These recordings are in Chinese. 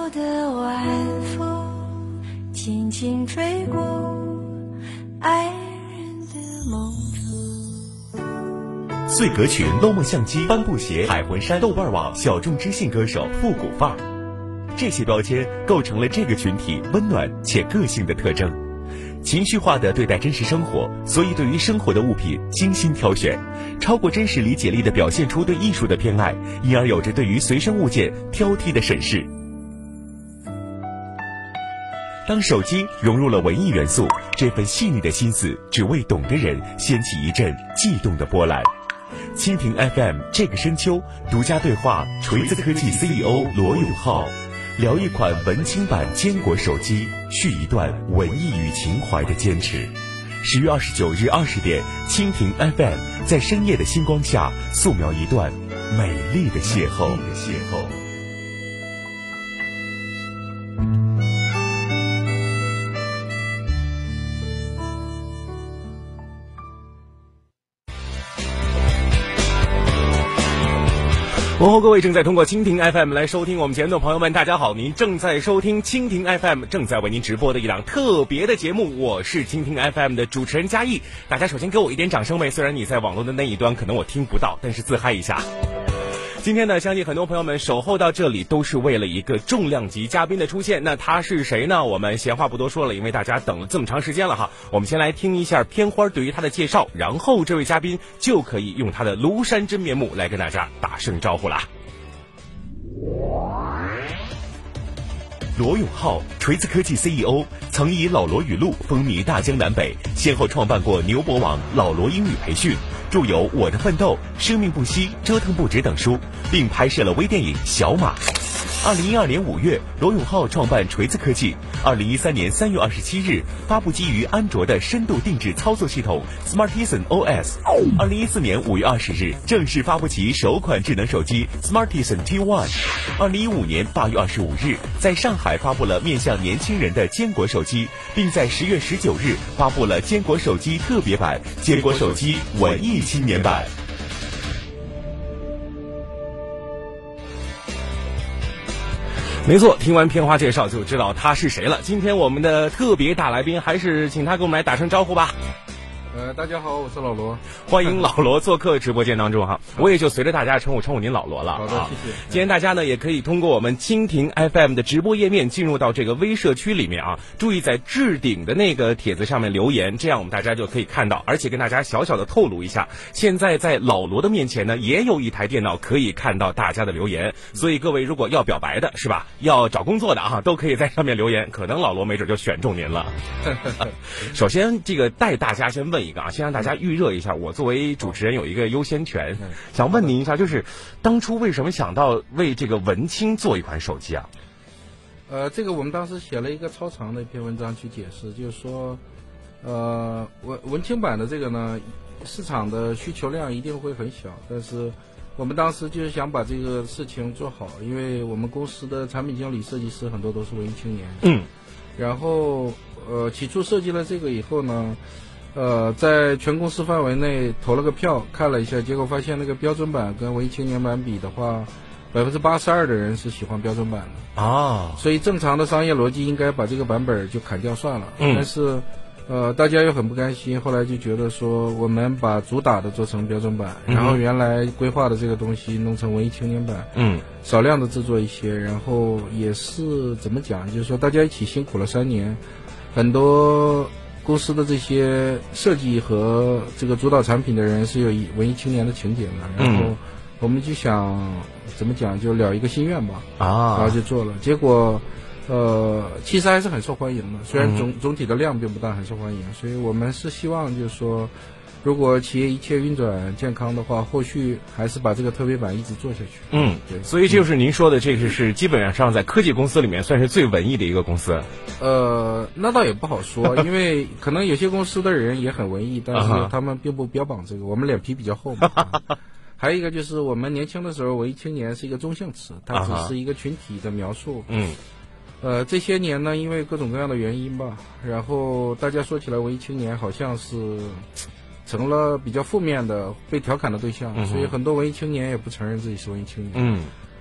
的晚风轻轻吹过爱人的梦中。 穗格裙、漏梦相机、帆布鞋、海魂衫、豆瓣网、小众知性歌手、复古范儿，这些标签构成了这个群体温暖且个性的特征。情绪化地对待真实生活，所以对于生活的物品精心挑选，超过真实理解力地表现出对艺术的偏爱，因而有着对于随身物件挑剔的审视。当手机融入了文艺元素，这份细腻的心思只为懂的人掀起一阵悸动的波澜。蜻蜓 FM 这个深秋独家对话锤子科技 CEO 罗永浩，聊一款文青版坚果手机，续一段文艺与情怀的坚持。10月29日20点，蜻蜓 FM 在深夜的星光下素描一段美丽的邂逅。问候各位正在通过蜻蜓 FM 来收听我们节目的朋友们，大家好，您正在收听蜻蜓 FM 正在为您直播的一档特别的节目，我是蜻蜓 FM 的主持人嘉义。大家首先给我一点掌声呗，虽然你在网络的那一端可能我听不到，但是自嗨一下。今天呢，相信很多朋友们守候到这里都是为了一个重量级嘉宾的出现。那他是谁呢？我们闲话不多说了，因为大家等了这么长时间了哈。我们先来听一下片花对于他的介绍，然后这位嘉宾就可以用他的庐山真面目来跟大家打声招呼啦。罗永浩，锤子科技 CEO， 曾以老罗语录风靡大江南北，先后创办过牛博网、老罗英语培训，著有《我的奋斗》、《生命不息》、《折腾不止》等书，并拍摄了微电影《小马》。2012年5月，罗永浩创办锤子科技。2013年3月27日，发布基于安卓的深度定制操作系统 Smartisan OS。2014年5月20日，正式发布其首款智能手机 Smartisan T1。2015年8月25日，在上海发布了面向年轻人的坚果手机，并在10月19日发布了坚果手机特别版、坚果手机文艺青年版。没错，听完片花介绍就知道他是谁了。今天我们的特别大来宾，还是请他给我们来打声招呼吧。 大家好，我是老罗， 欢迎老罗做客直播间当中哈。我也就随着大家称呼您老罗了。 好的，谢谢。 今天大家呢也可以通过我们蜻蜓 FM 的直播页面进入到这个微社区里面啊，注意在置顶的那个帖子上面留言，这样我们大家就可以看到。而且跟大家小小的透露一下，现在在老罗的面前呢也有一台电脑可以看到大家的留言，所以各位如果要表白的是吧，要找工作的啊，都可以在上面留言，可能老罗没准就选中您了。首先这个带大家先问一个啊，先让大家预热一下，我作为主持人有一个优先权，想问您一下，就是当初为什么想到为这个文青做一款手机啊？ 这个我们当时写了一个超长的一篇文章去解释，就是说，文青版的这个呢，市场的需求量一定会很小，但是我们当时就是想把这个事情做好，因为我们公司的产品经理、设计师很多都是文艺青年，然后起初设计了这个以后呢。在全公司范围内投了个票，看了一下，结果发现那个标准版跟文艺青年版比的话，82%的人是喜欢标准版的啊，所以正常的商业逻辑应该把这个版本就砍掉算了。但是大家又很不甘心，后来就觉得说我们把主打的做成标准版，然后原来规划的这个东西弄成文艺青年版，少量的制作一些，然后也是怎么讲，就是说大家一起辛苦了3年，很多公司的这些设计和这个主导产品的人是有文艺青年的情节的，然后我们就想怎么讲，就了一个心愿吧，然后就做了，结果其实还是很受欢迎的，虽然总体的量并不大，很受欢迎，所以我们是希望就是说，如果企业一切运转健康的话，后续还是把这个特别版一直做下去。 对，所以就是您说的这个是基本上在科技公司里面算是最文艺的一个公司。 那倒也不好说，因为可能有些公司的人也很文艺，但是他们并不标榜这个，我们脸皮比较厚嘛。还有一个就是我们年轻的时候，文艺青年是一个中性词，它只是一个群体的描述。这些年呢，因为各种各样的原因吧，然后大家说起来文艺青年好像是成了比较负面的被调侃的对象，所以很多文艺青年也不承认自己是文艺青年。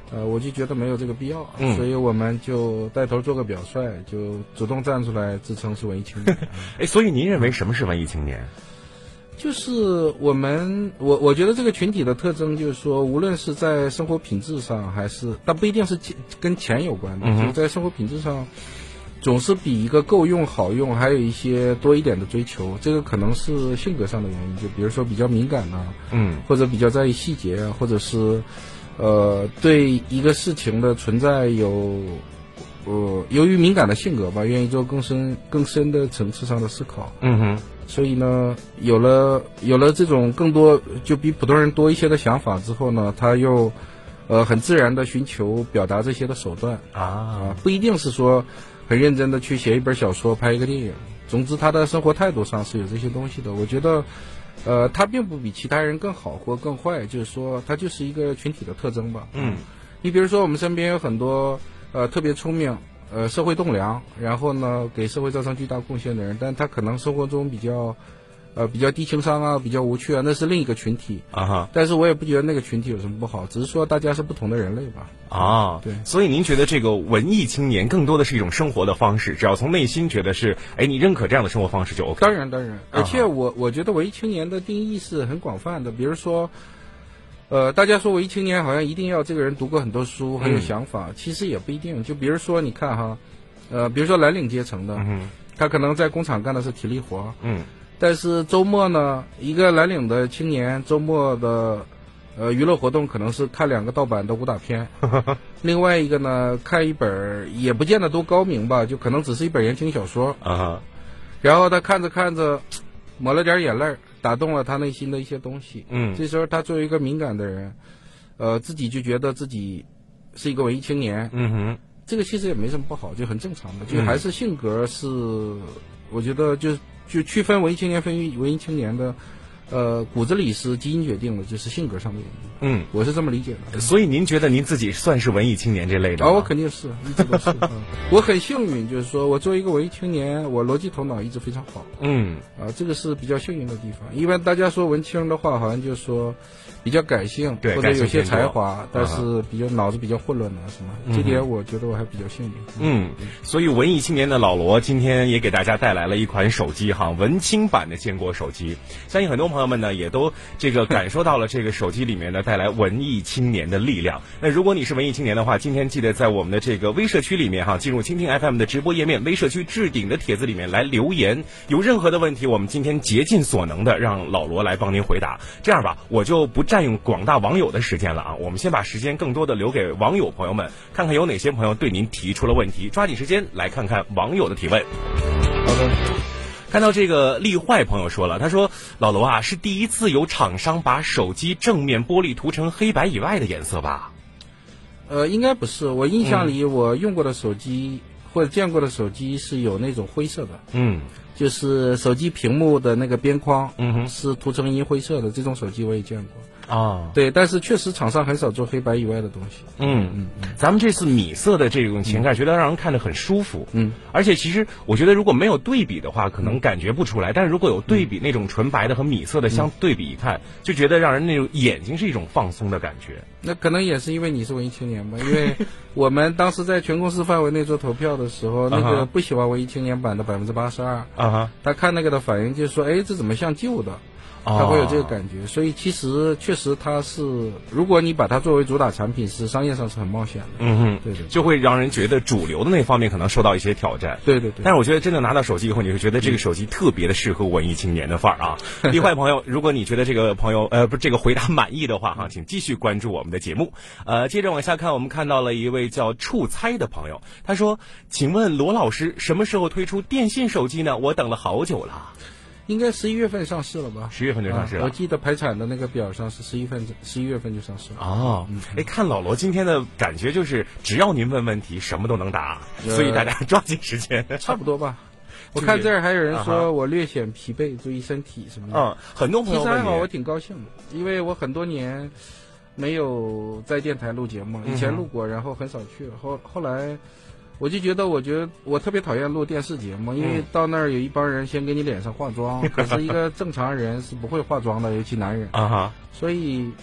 我就觉得没有这个必要，所以我们就带头做个表率，就主动站出来自称是文艺青年。 所以您认为什么是文艺青年？ 就是我觉得这个群体的特征就是说，无论是在生活品质上，还是但不一定是跟钱有关的，就是在生活品质上，总是比一个够用、好用，还有一些多一点的追求。这个可能是性格上的原因，就比如说比较敏感呐，或者比较在意细节啊，或者是对一个事情的存在由于敏感的性格吧，愿意做更深的层次上的思考。所以呢，有了这种更多就比普通人多一些的想法之后呢，他又很自然的寻求表达这些的手段不一定是说很认真的去写一本小说、拍一个电影。总之，他的生活态度上是有这些东西的。我觉得，他并不比其他人更好或更坏，就是说，他就是一个群体的特征吧。你比如说，我们身边有很多特别聪明。社会栋梁，然后呢，给社会造成巨大贡献的人，但他可能生活中比较低情商啊，比较无趣啊，那是另一个群体但是我也不觉得那个群体有什么不好，只是说大家是不同的人类吧。对。 所以您觉得这个文艺青年更多的是一种生活的方式，只要从内心觉得是，你认可这样的生活方式就 OK。 当然，而且我觉得文艺青年的定义是很广泛的，比如说。大家说文艺青年好像一定要这个人读过很多书，很有想法，其实也不一定。就比如说你看哈，比如说蓝领阶层的，他可能在工厂干的是体力活，但是周末呢，一个蓝领的青年周末的娱乐活动可能是看2个盗版的武打片，另外一个呢，看一本也不见得多高明吧，就可能只是一本言情小说然后他看着看着抹了点眼泪，打动了他内心的一些东西。这时候他作为一个敏感的人，自己就觉得自己是一个文艺青年。这个其实也没什么不好，就很正常的，就还是性格是，我觉得就区分文艺青年分文艺青年的。骨子里是基因决定的，就是性格上的原因。我是这么理解的。 所以您觉得您自己算是文艺青年这类的吗？ 我肯定是，一直都是。我很幸运，就是说我作为一个文艺青年，我逻辑头脑一直非常好。这个是比较幸运的地方。一般大家说文青的话，好像就是说比较感性，或者有些才华，但是脑子比较混乱的什么。这点我觉得我还比较幸运。 所以文艺青年的老罗今天也给大家带来了一款手机文青版的坚果手机，相信很多朋友们呢也都感受到了这个手机里面呢带来文艺青年的力量。那如果你是文艺青年的话，今天记得在我们的这个微社区里面进入蜻蜓 FM 的直播页面，微社区置顶的帖子里面来留言，有任何的问题我们今天竭尽所能的让老罗来帮您回答。这样吧，我就不占用广大网友的时间了我们先把时间更多的留给网友朋友们，看看有哪些朋友对您提出了问题，抓紧时间来看看网友的提问。 好的。 看到这个立坏朋友说了，他说老罗是第一次有厂商把手机正面玻璃涂成黑白以外的颜色吧？ 应该不是，我印象里我用过的手机或者见过的手机是有那种灰色的，就是手机屏幕的那个边框是涂成银灰色的，这种手机我也见过。对，但是确实厂商很少做黑白以外的东西。 咱们这次米色的这种情感，觉得让人看着很舒服。而且其实我觉得如果没有对比的话，可能感觉不出来。但是如果有对比，那种纯白的和米色的相对比一看，就觉得让人那种眼睛是一种放松的感觉。 那可能也是因为你是文艺青年吧，因为我们当时在全公司范围内做投票的时候，那个不喜欢文艺青年版的82%，他看那个的反应就是说，这怎么像旧的？他会有这个感觉，所以其实确实它是，如果你把它作为主打产品，是商业上是很冒险的。对， 就会让人觉得主流的那方面可能受到一些挑战。 对。 但是我觉得真正拿到手机以后，你会觉得这个手机特别的适合文艺青年的范儿立坏朋友，如果你觉得这个朋友这个回答满意的话请继续关注我们的节目。接着往下看，我们看到了一位叫触猜的朋友，他说：“请问罗老师什么时候推出电信手机呢？我等了好久了。” 应该11月份上市了吧？11 月份就上市了。 我记得排产的那个表上是11月份就上市了。 看老罗今天的感觉就是，只要您问问题，什么都能答，所以大家抓紧时间。 差不多吧。我看这儿还有人说我略显疲惫，注意身体什么的。 很多朋友其实还好，我挺高兴的，因为我很多年没有在电台录节目，以前录过，然后很少去了。后来。我觉得我特别讨厌录电视节目，因为到那儿有一帮人先给你脸上化妆，可是一个正常人是不会化妆的，尤其男人所以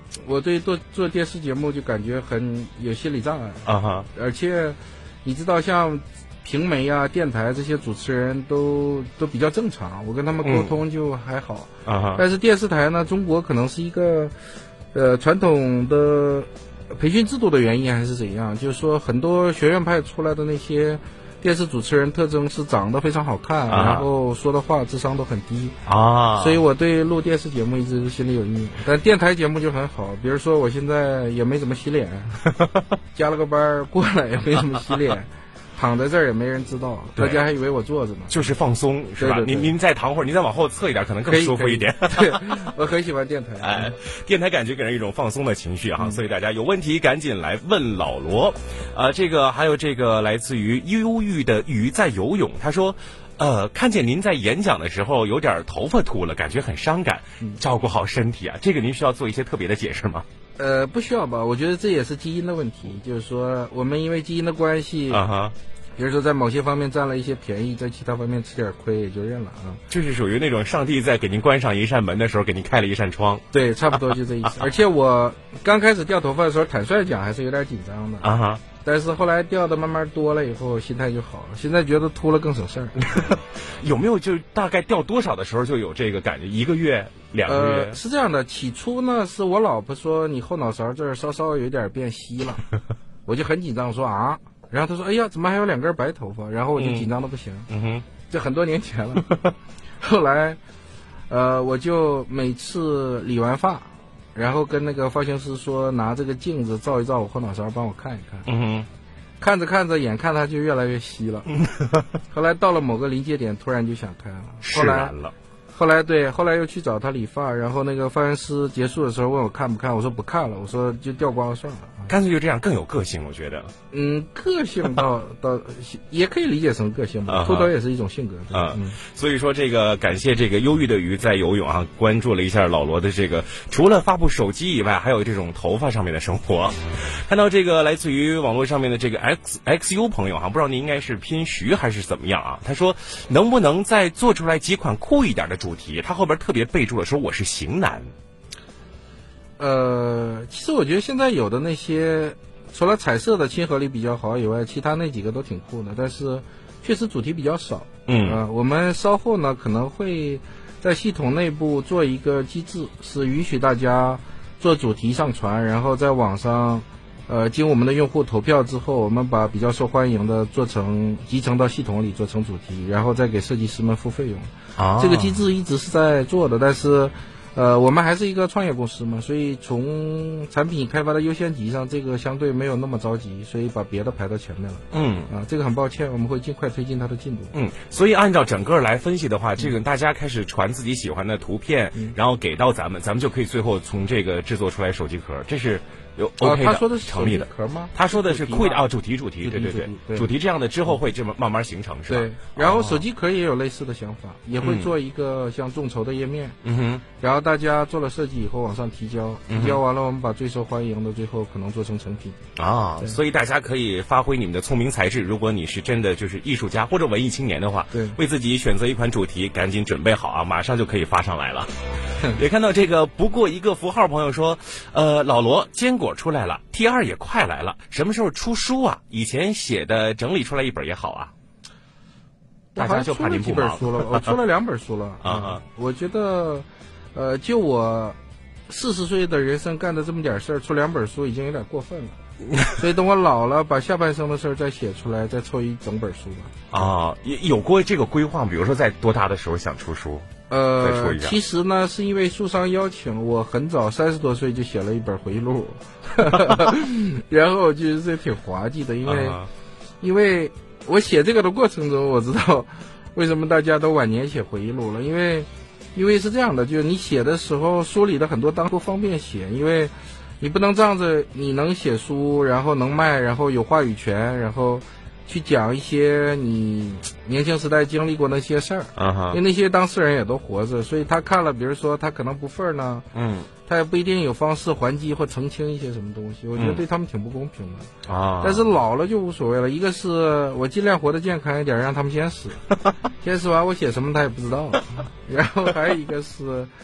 我对做电视节目就感觉很有心理障碍啊哈， 而且你知道像平媒啊、电台这些主持人都比较正常，我跟他们沟通就还好啊哈。 但是电视台呢，中国可能是一个传统的培训制度的原因还是怎样，就是说很多学院派出来的那些电视主持人特征是长得非常好看，然后说的话智商都很低啊， 所以我对录电视节目一直心里有阴影。但电台节目就很好，比如说我现在也没怎么洗脸，加了个班过来也没怎么洗脸，躺在这儿也没人知道，大家还以为我坐着呢。 就是放松，是吧？您再躺会儿，您再往后侧一点，可能更舒服一点。 对，我很喜欢电台。 哎，电台感觉给人一种放松的情绪哈，所以大家有问题赶紧来问老罗。这个还有这个来自于忧郁的鱼在游泳，他说。看见您在演讲的时候有点头发秃了，感觉很伤感，照顾好身体啊。这个您需要做一些特别的解释吗？ 不需要吧，我觉得这也是基因的问题，就是说我们因为基因的关系比如说在某些方面占了一些便宜，在其他方面吃点亏也就认了啊。 就是属于那种上帝在给您关上一扇门的时候给您开了一扇窗。 对，差不多就这意思。而且我刚开始掉头发的时候，坦率讲还是有点紧张的啊哈。 但是后来掉的慢慢多了以后，心态就好了。现在觉得秃了更省事儿。 有没有就大概掉多少的时候就有这个感觉？1个月、2个月？ 是这样的，起初呢是我老婆说你后脑勺这儿稍稍有点变稀了，我就很紧张说啊，然后她说哎呀怎么还有2根白头发？然后我就紧张的不行。这很多年前了。后来我就每次理完发。然后跟那个发型师说，拿这个镜子照一照我后脑勺，帮我看一看。看着看着，眼看它就越来越稀了。后来到了某个临界点，突然就想开了。 释然了。 后来又去找他理发，然后那个发型师结束的时候问我看不看，我说不看了，我说就掉光了算了。 干脆就这样更有个性，我觉得。 个性倒也可以理解成个性吧，秃头也是一种性格。 所以说这个感谢这个忧郁的鱼在游泳啊，关注了一下老罗的这个除了发布手机以外，还有这种头发上面的生活。看到这个来自于网络上面的这个 XU 朋友哈，不知道您应该是拼徐还是怎么样啊？他说能不能再做出来几款酷一点的主题？他后边特别备注了说我是型男。 其实我觉得现在有的那些除了彩色的亲和力比较好以外，其他那几个都挺酷的，但是确实主题比较少。我们稍后呢可能会在系统内部做一个机制，是允许大家做主题上传，然后在网上经我们的用户投票之后，我们把比较受欢迎的集成到系统里做成主题，然后再给设计师们付费用。这个机制一直是在做的，但是我们还是一个创业公司嘛，所以从产品开发的优先级上，这个相对没有那么着急，所以把别的排到前面了。这个很抱歉，我们会尽快推进它的进度。 所以按照整个来分析的话，这个大家开始传自己喜欢的图片，然后给到咱们就可以最后从这个制作出来手机壳，这是有 OK 的， 他说的是成立的壳吗？ 他说的是酷的主题，对，主题这样的之后会这么慢慢形成，是吧？ 对，然后手机壳也有类似的想法，也会做一个像众筹的页面。然后大家做了设计以后往上提交完了，我们把最受欢迎的最后可能做成成品所以大家可以发挥你们的聪明才智，如果你是真的就是艺术家或者文艺青年的话， 对， 为自己选择一款主题，赶紧准备好啊，马上就可以发上来了。也看到这个不过一个符号朋友说，老罗坚果出来了 ，T2 也快来了，什么时候出书啊？以前写的整理出来一本也好啊。大家就怕您不忙。 我出了2本书了我觉得，就我40岁的人生干的这么点事儿，出2本书已经有点过分了。所以等我老了，把下半生的事儿再写出来，再凑一整本书吧。 有过这个规划，比如说在多大的时候想出书？ 其实呢，是因为书商邀请，我很早30多岁就写了一本回忆录，然后我觉得这挺滑稽的，因为我写这个的过程中，我知道为什么大家都晚年写回忆录了，因为是这样的，就是你写的时候，书里的很多当不方便写，因为你不能仗着你能写书，然后能卖，然后有话语权，然后去讲一些你年轻时代经历过那些事儿，因为那些当事人也都活着，所以他看了，比如说他可能不忿呢，他也不一定有方式还击或澄清一些什么东西，我觉得对他们挺不公平的但是老了就无所谓了，一个是我尽量活得健康一点，让他们先死，先死完我写什么他也不知道然后还有一个是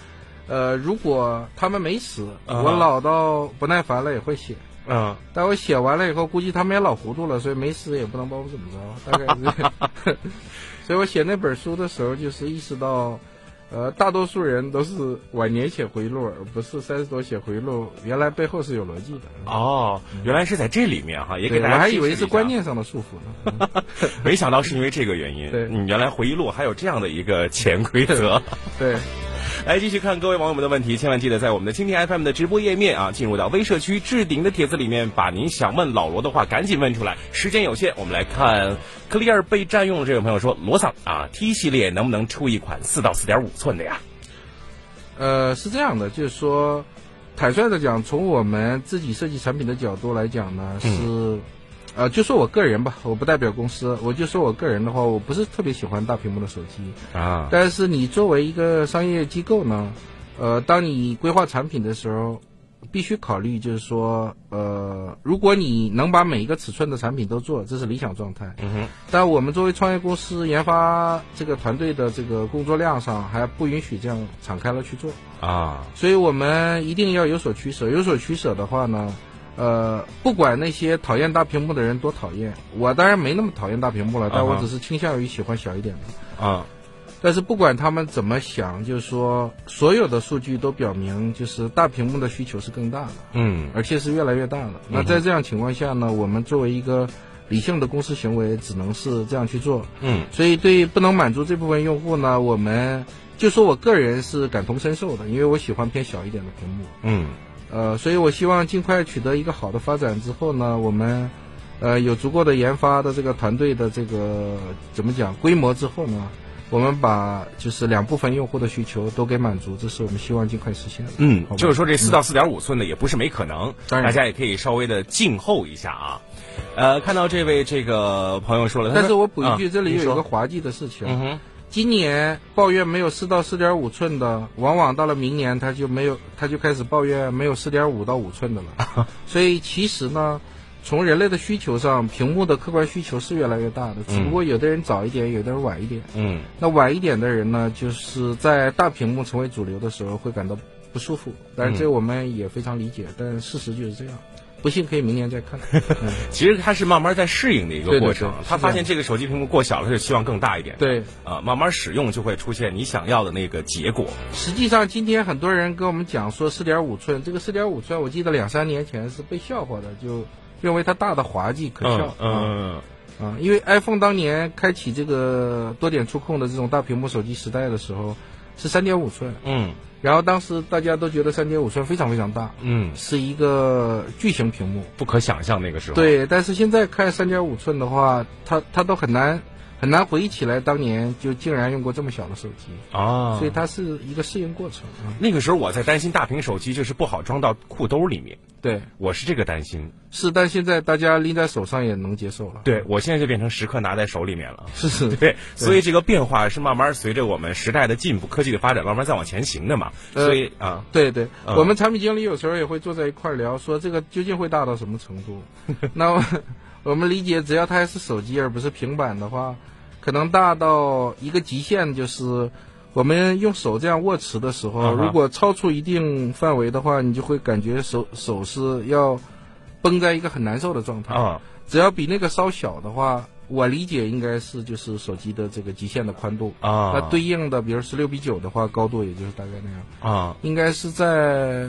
如果他们没死，我老到不耐烦了也会写。但我写完了以后，估计他们也老糊涂了，所以没死也不能把我怎么着，大概是。所以我写那本书的时候，就是意识到，大多数人都是晚年写回忆录，而不是30多写回忆录，原来背后是有逻辑的。 哦，原来是在这里面哈，也给大家。 我还以为是观念上的束缚呢， 没想到是因为这个原因。 对， 原来回忆录还有这样的一个潜规则。 对。 来继续看各位网友们的问题，千万记得在我们的蜻蜓 FM 的直播页面啊，进入到微社区置顶的帖子里面，把您想问老罗的话赶紧问出来。时间有限，我们来看克利尔被占用的这位朋友说，罗桑啊 T 系列能不能出一款4到4.5寸的呀？ 是这样的，就是说，坦率的讲，从我们自己设计产品的角度来讲呢，是。就说我个人吧，我不代表公司，我就说我个人的话，我不是特别喜欢大屏幕的手机啊。但是你作为一个商业机构呢，当你规划产品的时候，必须考虑就是说，如果你能把每一个尺寸的产品都做，这是理想状态。但我们作为创业公司，研发这个团队的这个工作量上还不允许这样敞开了去做啊。所以我们一定要有所取舍。有所取舍的话呢，不管那些讨厌大屏幕的人多讨厌，我当然没那么讨厌大屏幕了，但我只是倾向于喜欢小一点的啊。但是不管他们怎么想，就是说所有的数据都表明，就是大屏幕的需求是更大的，而且是越来越大的。那在这样情况下呢，我们作为一个理性的公司行为，只能是这样去做。所以对不能满足这部分用户呢，我们就说我个人是感同身受的，因为我喜欢偏小一点的屏幕。所以我希望尽快取得一个好的发展之后呢，我们有足够的研发的这个团队的这个怎么讲规模之后呢，我们把就是2部分用户的需求都给满足，这是我们希望尽快实现的。 就是说这4到4.5寸的也不是没可能，大家也可以稍微的静候一下啊。看到这位这个朋友说了， 但是我补一句，这里有一个滑稽的事情。今年抱怨没有4到4.5寸的，往往到了明年他就开始抱怨没有4.5到5寸的了。所以其实呢，从人类的需求上，屏幕的客观需求是越来越大的，只不过有的人早一点，有的人晚一点。那晚一点的人呢，就是在大屏幕成为主流的时候会感到不舒服，但是这我们也非常理解，但事实就是这样。不信可以明年再看。 其实它是慢慢在适应的一个过程。 对， 他发现这个手机屏幕过小了，就希望更大一点。 对， 慢慢使用就会出现你想要的那个结果。 实际上，今天很多人跟我们讲说4.5寸，这个4.5寸，我记得2-3年前是被笑话的，就认为它大的滑稽可笑。因为 iPhone 当年开启这个多点触控的这种大屏幕手机时代的时候，是3.5寸。然后当时大家都觉得3.5寸非常非常大，是一个巨型屏幕， 不可想象那个时候。 对，但是现在看3.5寸的话，它都很难回忆起来当年就竟然用过这么小的手机啊，所以它是一个适应过程。 那个时候我在担心大屏手机就是不好装到裤兜里面， 对， 我是这个担心。 是，但现在大家拎在手上也能接受了。 对，我现在就变成时刻拿在手里面了。 是， 对，所以这个变化是慢慢随着我们时代的进步、科技的发展，慢慢在往前行的嘛。所以对，我们产品经理有时候也会坐在一块聊，说这个究竟会大到什么程度？那我们理解，只要它还是手机而不是平板的话，可能大到一个极限，就是我们用手这样握持的时候，如果超出一定范围的话，你就会感觉手是要绷在一个很难受的状态。只要比那个稍小的话，我理解应该是就是手机的这个极限的宽度那对应的比如16:9的话，高度也就是大概那样应该是在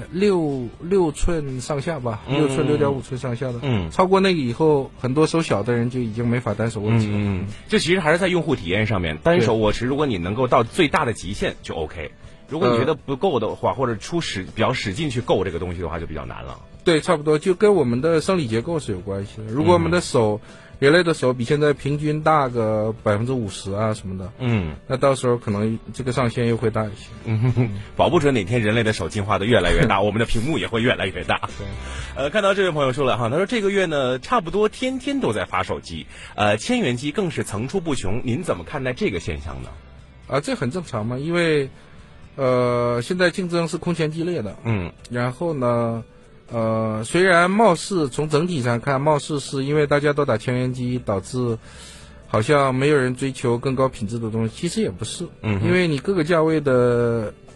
6寸上下吧，6寸6.5寸上下的。超过那个以后，很多手小的人就已经没法单手握持了。 这其实还是在用户体验上面，单手握持，如果你能够到最大的极限就 OK。如果你觉得不够的话，或者比较使劲去够这个东西的话，就比较难了。 对，差不多就跟我们的生理结构是有关系的。如果我们的手，人类的手比现在平均大个50%啊什么的，那到时候可能这个上限又会大一些。 保不准哪天人类的手进化的越来越大，我们的屏幕也会越来越大。看到这位朋友说了哈，他说这个月呢，差不多天天都在发手机，千元机更是层出不穷。您怎么看待这个现象呢？ 这很正常嘛，因为现在竞争是空前激烈的。然后呢，虽然貌似从整体上看，貌似是因为大家都打千元机，导致好像没有人追求更高品质的东西，其实也不是。因为你各个价位的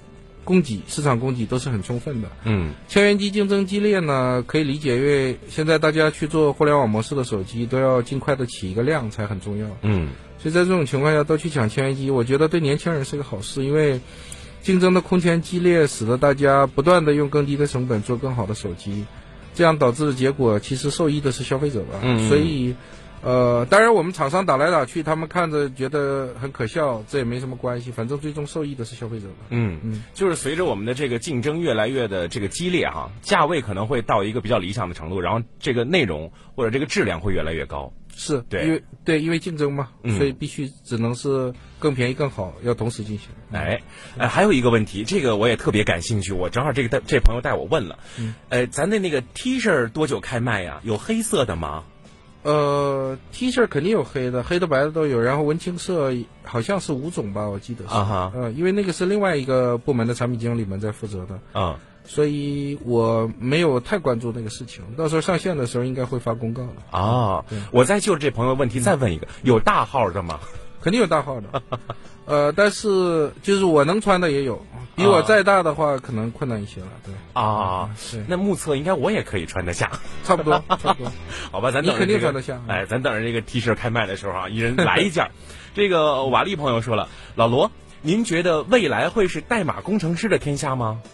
供给、市场供给都是很充分的。 千元机竞争激烈呢，可以理解，因为现在大家去做互联网模式的手机，都要尽快的起一个量才很重要。所以在这种情况下都去抢千元机，我觉得对年轻人是个好事，因为竞争的空前激烈，使得大家不断的用更低的成本做更好的手机，这样导致的结果，其实受益的是消费者吧。所以。当然我们厂商打来打去，他们看着觉得很可笑，这也没什么关系，反正最终受益的是消费者吧。 就是随着我们的这个竞争越来越的这个激烈哈，价位可能会到一个比较理想的程度，然后这个内容或者这个质量会越来越高。 是对，因为竞争嘛，所以必须只能是更便宜更好，要同时进行。 还有一个问题，这个我也特别感兴趣，我正好这朋友带我问了，咱的那个 T 恤多久开卖呀？有黑色的吗 ？T 恤肯定有黑的、白的都有，然后文青色好像是5种吧，我记得是。因为那个是另外一个部门的产品经理们在负责的。所以我没有太关注那个事情，到时候上线的时候应该会发公告了。 我再就这朋友问题再问一个，有大号的吗？ 肯定有大号的。但是就是我能穿的也有，比我再大的话可能困难一些了。对。 那目测应该我也可以穿得下， 差不多。 好吧，咱等你肯定穿得下。 咱等着这个 T 恤开卖的时候啊，一人来一件。这个瓦力朋友说了，老罗，您觉得未来会是代码工程师的天下吗？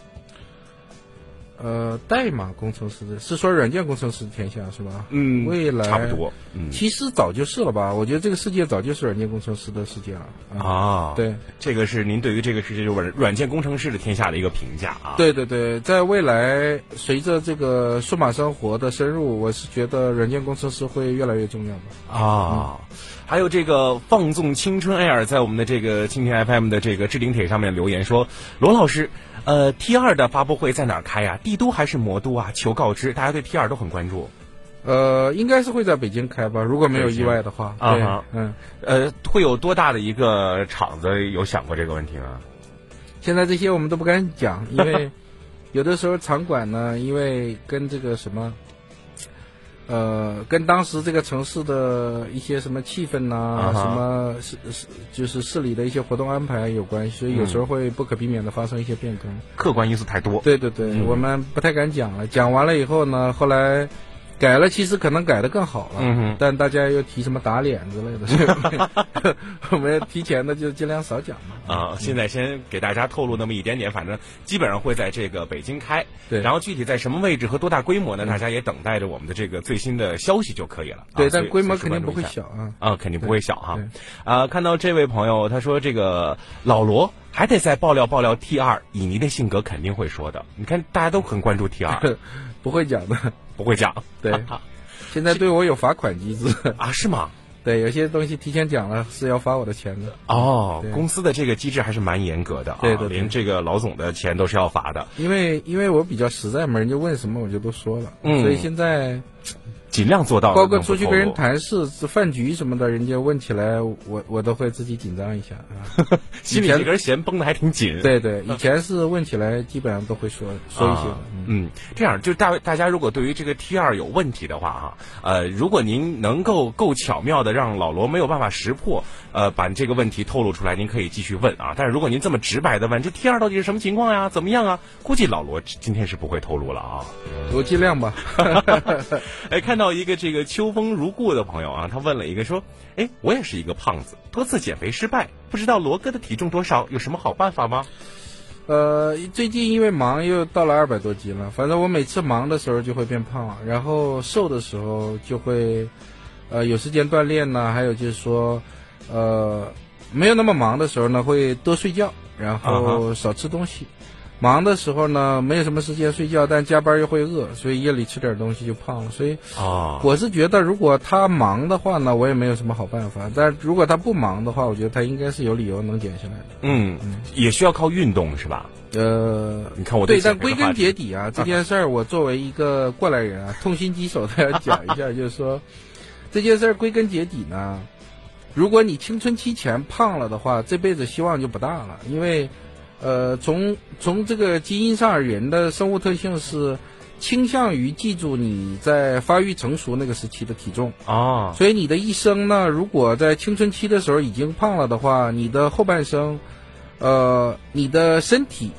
代码工程师是说软件工程师的天下是吧？未来差不多。 其实早就是了吧？我觉得这个世界早就是软件工程师的世界了。对， 这个是您对于这个世界就是软件工程师的天下的一个评价啊。 对，在未来随着这个数码生活的深入，我是觉得软件工程师会越来越重要的。 还有这个放纵青春 Air 在我们的这个蜻蜓 FM 的这个置顶帖上面留言说，罗老师。T2 的发布会在哪儿开啊？帝都还是魔都啊？求告知，大家对 T2 都很关注。 应该是会在北京开吧，如果没有意外的话。 会有多大的一个场子？有想过这个问题吗？ 现在这些我们都不敢讲，因为有的时候场馆呢，因为跟这个什么。跟当时这个城市的一些什么气氛呐，什么就是市里的一些活动安排有关系，所以有时候会不可避免的发生一些变更。 客观因素太多。 对，我们不太敢讲了。讲完了以后呢，后来改了，其实可能改得更好了。但大家又提什么打脸之类的，所以我们提前的就尽量少讲嘛。 现在先给大家透露那么一点点，反正基本上会在这个北京开。 对， 然后具体在什么位置和多大规模呢？大家也等待着我们的这个最新的消息就可以了。 对，但规模肯定不会小肯定不会小哈。看到这位朋友他说，这个老罗还得再爆料 T2，以你的性格肯定会说的。你看大家都很关注 T2。 不会讲的， 不会讲。 对，现在对我有罚款机制是吗？ 对，有些东西提前讲了是要罚我的钱的。 公司的这个机制还是蛮严格的对， 连这个老总的钱都是要罚的。 因为我比较实在嘛，人家问什么我就都说了。所以现在尽量做到， 包括出去跟人谈事、饭局什么的，人家问起来，我都会自己紧张一下心里这根弦绷得还挺紧。 对，以前是问起来基本上都会说一些。 这样就大家如果对于这个 T2 有问题的话如果您能够巧妙的让老罗没有办法识破，把这个问题透露出来，您可以继续问但是如果您这么直白的问，这 T2 到底是什么情况呀？怎么样啊？估计老罗今天是不会透露了我尽量吧。 看到一个这个秋风如故的朋友他问了一个说，我也是一个胖子，多次减肥失败，不知道罗哥的体重多少，有什么好办法吗？ 最近因为忙又到了200多斤了，反正我每次忙的时候就会变胖，然后瘦的时候就会有时间锻炼呢，还有就是说没有那么忙的时候呢会多睡觉，然后少吃东西。忙的时候呢没有什么时间睡觉，但加班又会饿，所以夜里吃点东西就胖了。所以我是觉得如果他忙的话呢，我也没有什么好办法，但如果他不忙的话，我觉得他应该是有理由能减下来的。 也需要靠运动是吧？你看我对，但归根结底这件事儿我作为一个过来人痛心疾首的要讲一下就是说这件事儿归根结底呢，如果你青春期前胖了的话，这辈子希望就不大了，因为从这个基因上，人的生物特性是倾向于记住你在发育成熟那个时期的体重所以你的一生呢，如果在青春期的时候已经胖了的话，你的后半生，你的身体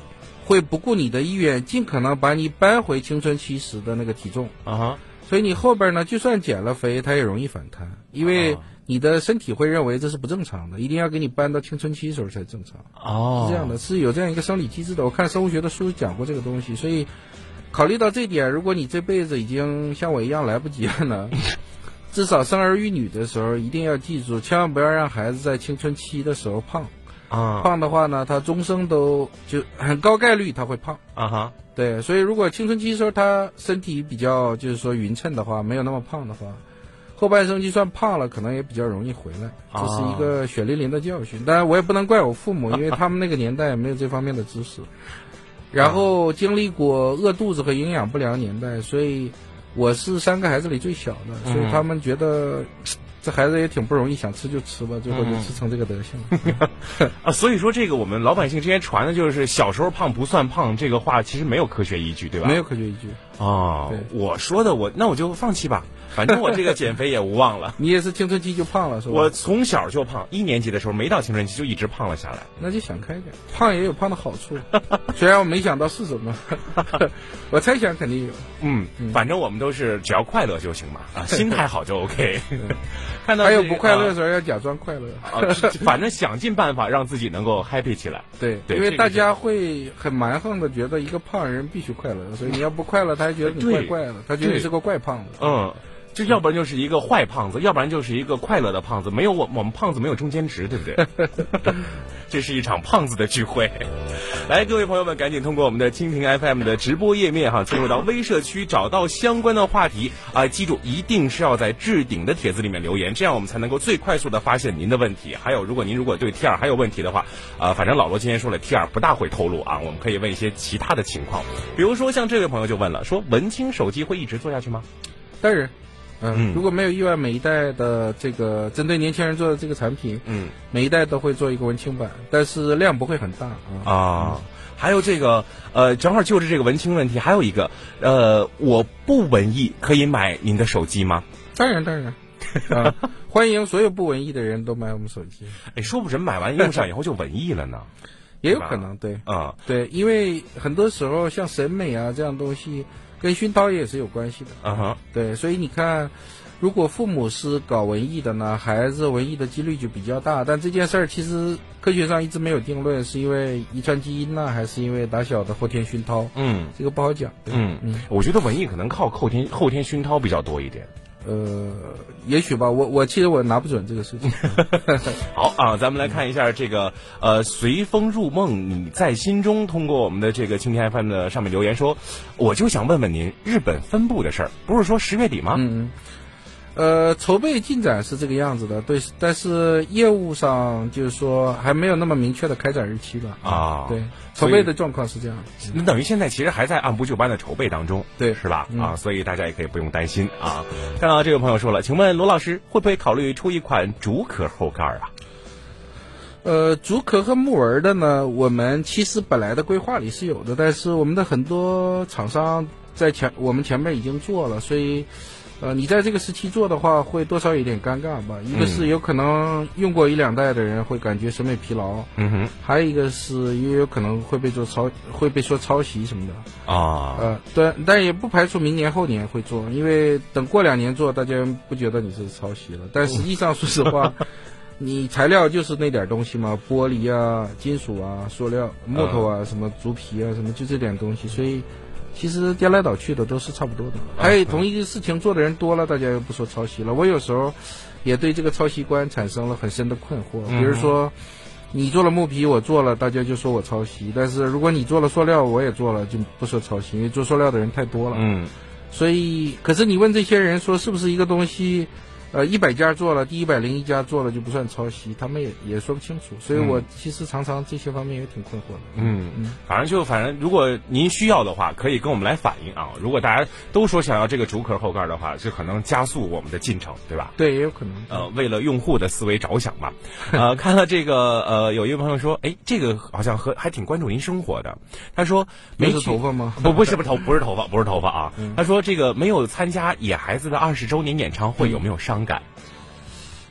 会不顾你的意愿，尽可能把你搬回青春期时的那个体重啊哈， 所以你后边呢，就算减了肥，它也容易反弹，因为你的身体会认为这是不正常的，一定要给你搬到青春期时候才正常。 哦， 是这样的，是有这样一个生理机制的。我看生物学的书讲过这个东西，所以考虑到这点，如果你这辈子已经像我一样来不及了呢，至少生儿育女的时候一定要记住，千万不要让孩子在青春期的时候胖。胖的话呢，他终生都就很高概率他会胖。 啊哈， 对，所以如果青春期时候他身体比较就是说匀称的话，没有那么胖的话，后半生就算胖了，可能也比较容易回来。这是一个血淋淋的教训。当然，我也不能怪我父母，因为他们那个年代没有这方面的知识，然后经历过饿肚子和营养不良年代，所以我是3个孩子里最小的，所以他们觉得这孩子也挺不容易，想吃就吃吧，最后就吃成这个德行。 啊，所以说这个我们老百姓之间传的就是小时候胖不算胖这个话，其实没有科学依据，对吧？ 没有科学依据。 哦，我说的那我就放弃吧，反正我这个减肥也无望了。 你也是青春期就胖了是吧？ 我从小就胖，1年级的时候没到青春期就一直胖了下来。 那就想开点，胖也有胖的好处，虽然我没想到是什么，我猜想肯定有。 反正我们都是只要快乐就行嘛，啊，心态好就 OK。看到还有不快乐的时候要假装快乐啊，反正想尽办法让自己能够 happy 起来。 对，因为大家会很蛮横的觉得一个胖人必须快乐，所以你要不快乐，他还觉得你怪怪的，他觉得你是个怪胖子。 就要不然就是一个坏胖子，要不然就是一个快乐的胖子，没有我们胖子没有中间值，对不对？这是一场胖子的聚会。来，各位朋友们，赶紧通过我们的蜻蜓 FM 的直播页面进入到微社区，找到相关的话题啊，记住一定是要在置顶的帖子里面留言，这样我们才能够最快速的发现您的问题。还有，如果您对 T2 还有问题的话，反正老罗今天说了 T2 不大会透露啊，我们可以问一些其他的情况，比如说像这位朋友就问了，说文青手机会一直做下去吗？ 当然。如果没有意外，每一代的这个针对年轻人做的这个产品，每一代都会做一个文青版，但是量不会很大啊。 还有这个正好就是这个文青问题，还有一个我不文艺可以买您的手机吗？ 当然欢迎所有不文艺的人都买我们手机。 说不准买完用上以后就文艺了呢。 也有可能，对对，因为很多时候像审美啊这样东西跟熏陶也是有关系的。对，所以你看，如果父母是搞文艺的呢，孩子文艺的几率就比较大。但这件事儿其实科学上一直没有定论，是因为遗传基因呢，还是因为打小的后天熏陶？这个不好讲。 我觉得文艺可能靠后天熏陶比较多一点。 也许吧，其实我拿不准这个事情。 好啊，咱们来看一下这个随风入梦你在心中，通过我们的这个蜻蜓 FM 的上面留言说，我就想问问您日本分部的事儿，不是说10月底吗？ 筹备进展是这个样子的，对，但是业务上就是说还没有那么明确的开展日期吧。对，筹备的状况是这样。 那等于现在其实还在按部就班的筹备当中， 对， 是吧？所以大家也可以不用担心啊。看到这位朋友说了，请问罗老师会不会考虑出一款竹壳后盖啊？ 竹壳和木纹的呢，我们其实本来的规划里是有的，但是我们的很多厂商我们前面已经做了，所以你在这个时期做的话，会多少有点尴尬吧。一个是有可能用过1-2代的人会感觉审美疲劳，还有一个是也有可能会被说抄袭什么的对，但也不排除明年后年会做，因为等过2年做，大家不觉得你是抄袭了。但实际上，说实话，你材料就是那点东西嘛，玻璃啊、金属啊、塑料、木头啊、什么竹皮啊，什么就这点东西，所以其实颠来倒去的都是差不多的。还有同一个事情做的人多了，大家又不说抄袭了。我有时候也对这个抄袭观产生了很深的困惑。比如说，你做了木皮，我做了，大家就说我抄袭；但是如果你做了塑料，我也做了，就不说抄袭，因为做塑料的人太多了。所以，可是你问这些人说是不是一个东西，100家做了，第101家做了就不算抄袭，他们也说不清楚，所以我其实常常这些方面也挺困惑的。 反正如果您需要的话，可以跟我们来反映啊。如果大家都说想要这个竹壳后盖的话，就可能加速我们的进程，对吧？ 对，也有可能。 为了用户的思维着想嘛。看了这个有一位朋友说，这个好像还挺关注您生活的。他说没是头发吗？ 不是头发啊。他说这个没有参加野孩子的20周年演唱会有没有伤感？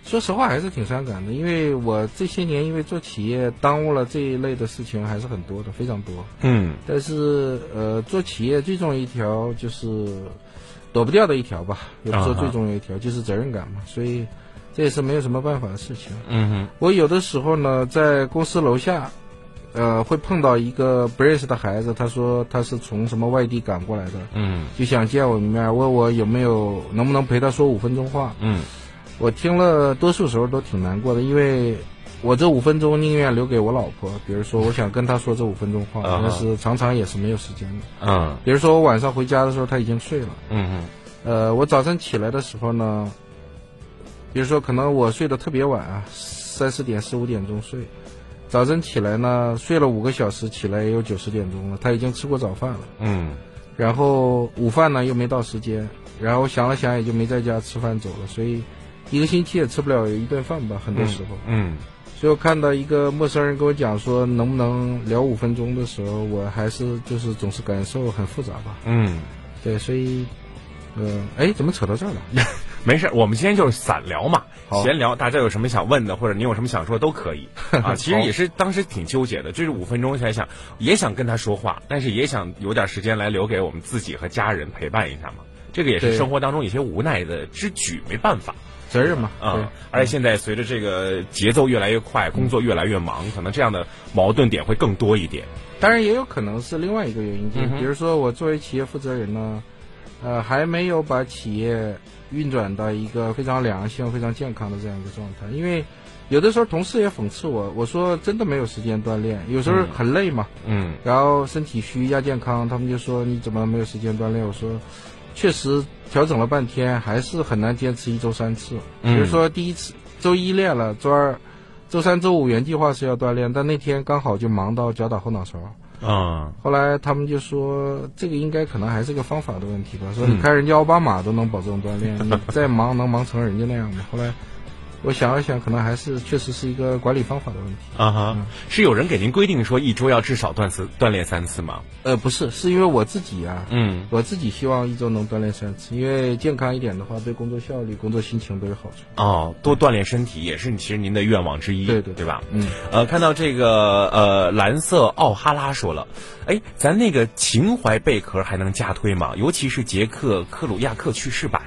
说实话还是挺伤感的，因为我这些年因为做企业耽误了这一类的事情还是很多的，非常多。但是做企业最重要一条就是躲不掉的一条吧，也不说最重要一条，就是责任感嘛，所以这也是没有什么办法的事情。我有的时候呢在公司楼下会碰到一个不认识的孩子，他说他是从什么外地赶过来的，就想见我一面，问我能不能陪他说5分钟话。我听了多数时候都挺难过的，因为我这5分钟宁愿留给我老婆，比如说我想跟她说这5分钟话，但是常常也是没有时间的。比如说我晚上回家的时候她已经睡了。我早晨起来的时候呢，比如说可能我睡得特别晚啊，3、4点、4、5点钟睡，早晨起来呢睡了5个小时，起来也有9、10点钟了，她已经吃过早饭了。然后午饭呢又没到时间，然后想了想也就没在家吃饭走了，所以1个星期也吃不了1顿饭吧，很多时候。所以我看到一个陌生人跟我讲说能不能聊5分钟的时候，我还是就是总是感受很复杂吧。对，所以怎么扯到这儿了？ 没事，我们今天就是散聊嘛，闲聊，大家有什么想问的，或者你有什么想说都可以啊。其实也是当时挺纠结的，就是5分钟才想，也想跟他说话，但是也想有点时间来留给我们自己和家人陪伴一下嘛。这个也是生活当中有些无奈的之举，没办法。 责任嘛， 而且现在随着这个节奏越来越快，工作越来越忙，可能这样的矛盾点会更多一点。 当然也有可能是另外一个原因，就是比如说我作为企业负责人呢，还没有把企业运转到一个非常良性、非常健康的这样一个状态。因为有的时候同事也讽刺我说真的没有时间锻炼，有时候很累嘛，然后身体虚亚健康，他们就说你怎么没有时间锻炼？我说确实调整了半天，还是很难坚持1周3次。比如说第一次周1练了，周2、周3、周5原计划是要锻炼，但那天刚好就忙到脚打后脑勺。后来他们就说这个应该可能还是个方法的问题吧，说你看人家奥巴马都能保证锻炼，你再忙能忙成人家那样吗？后来我想了想，可能还是确实是一个管理方法的问题。 是有人给您规定说1周要至少锻炼3次吗？ 不是，是因为我自己啊，我自己希望1周能锻炼3次，因为健康一点的话，对工作效率、工作心情都有好处。 多锻炼身体也是其实您的愿望之一，对吧？看到这个蓝色奥哈拉说了，咱那个情怀贝壳还能加推吗？尤其是捷克克鲁亚克去世版。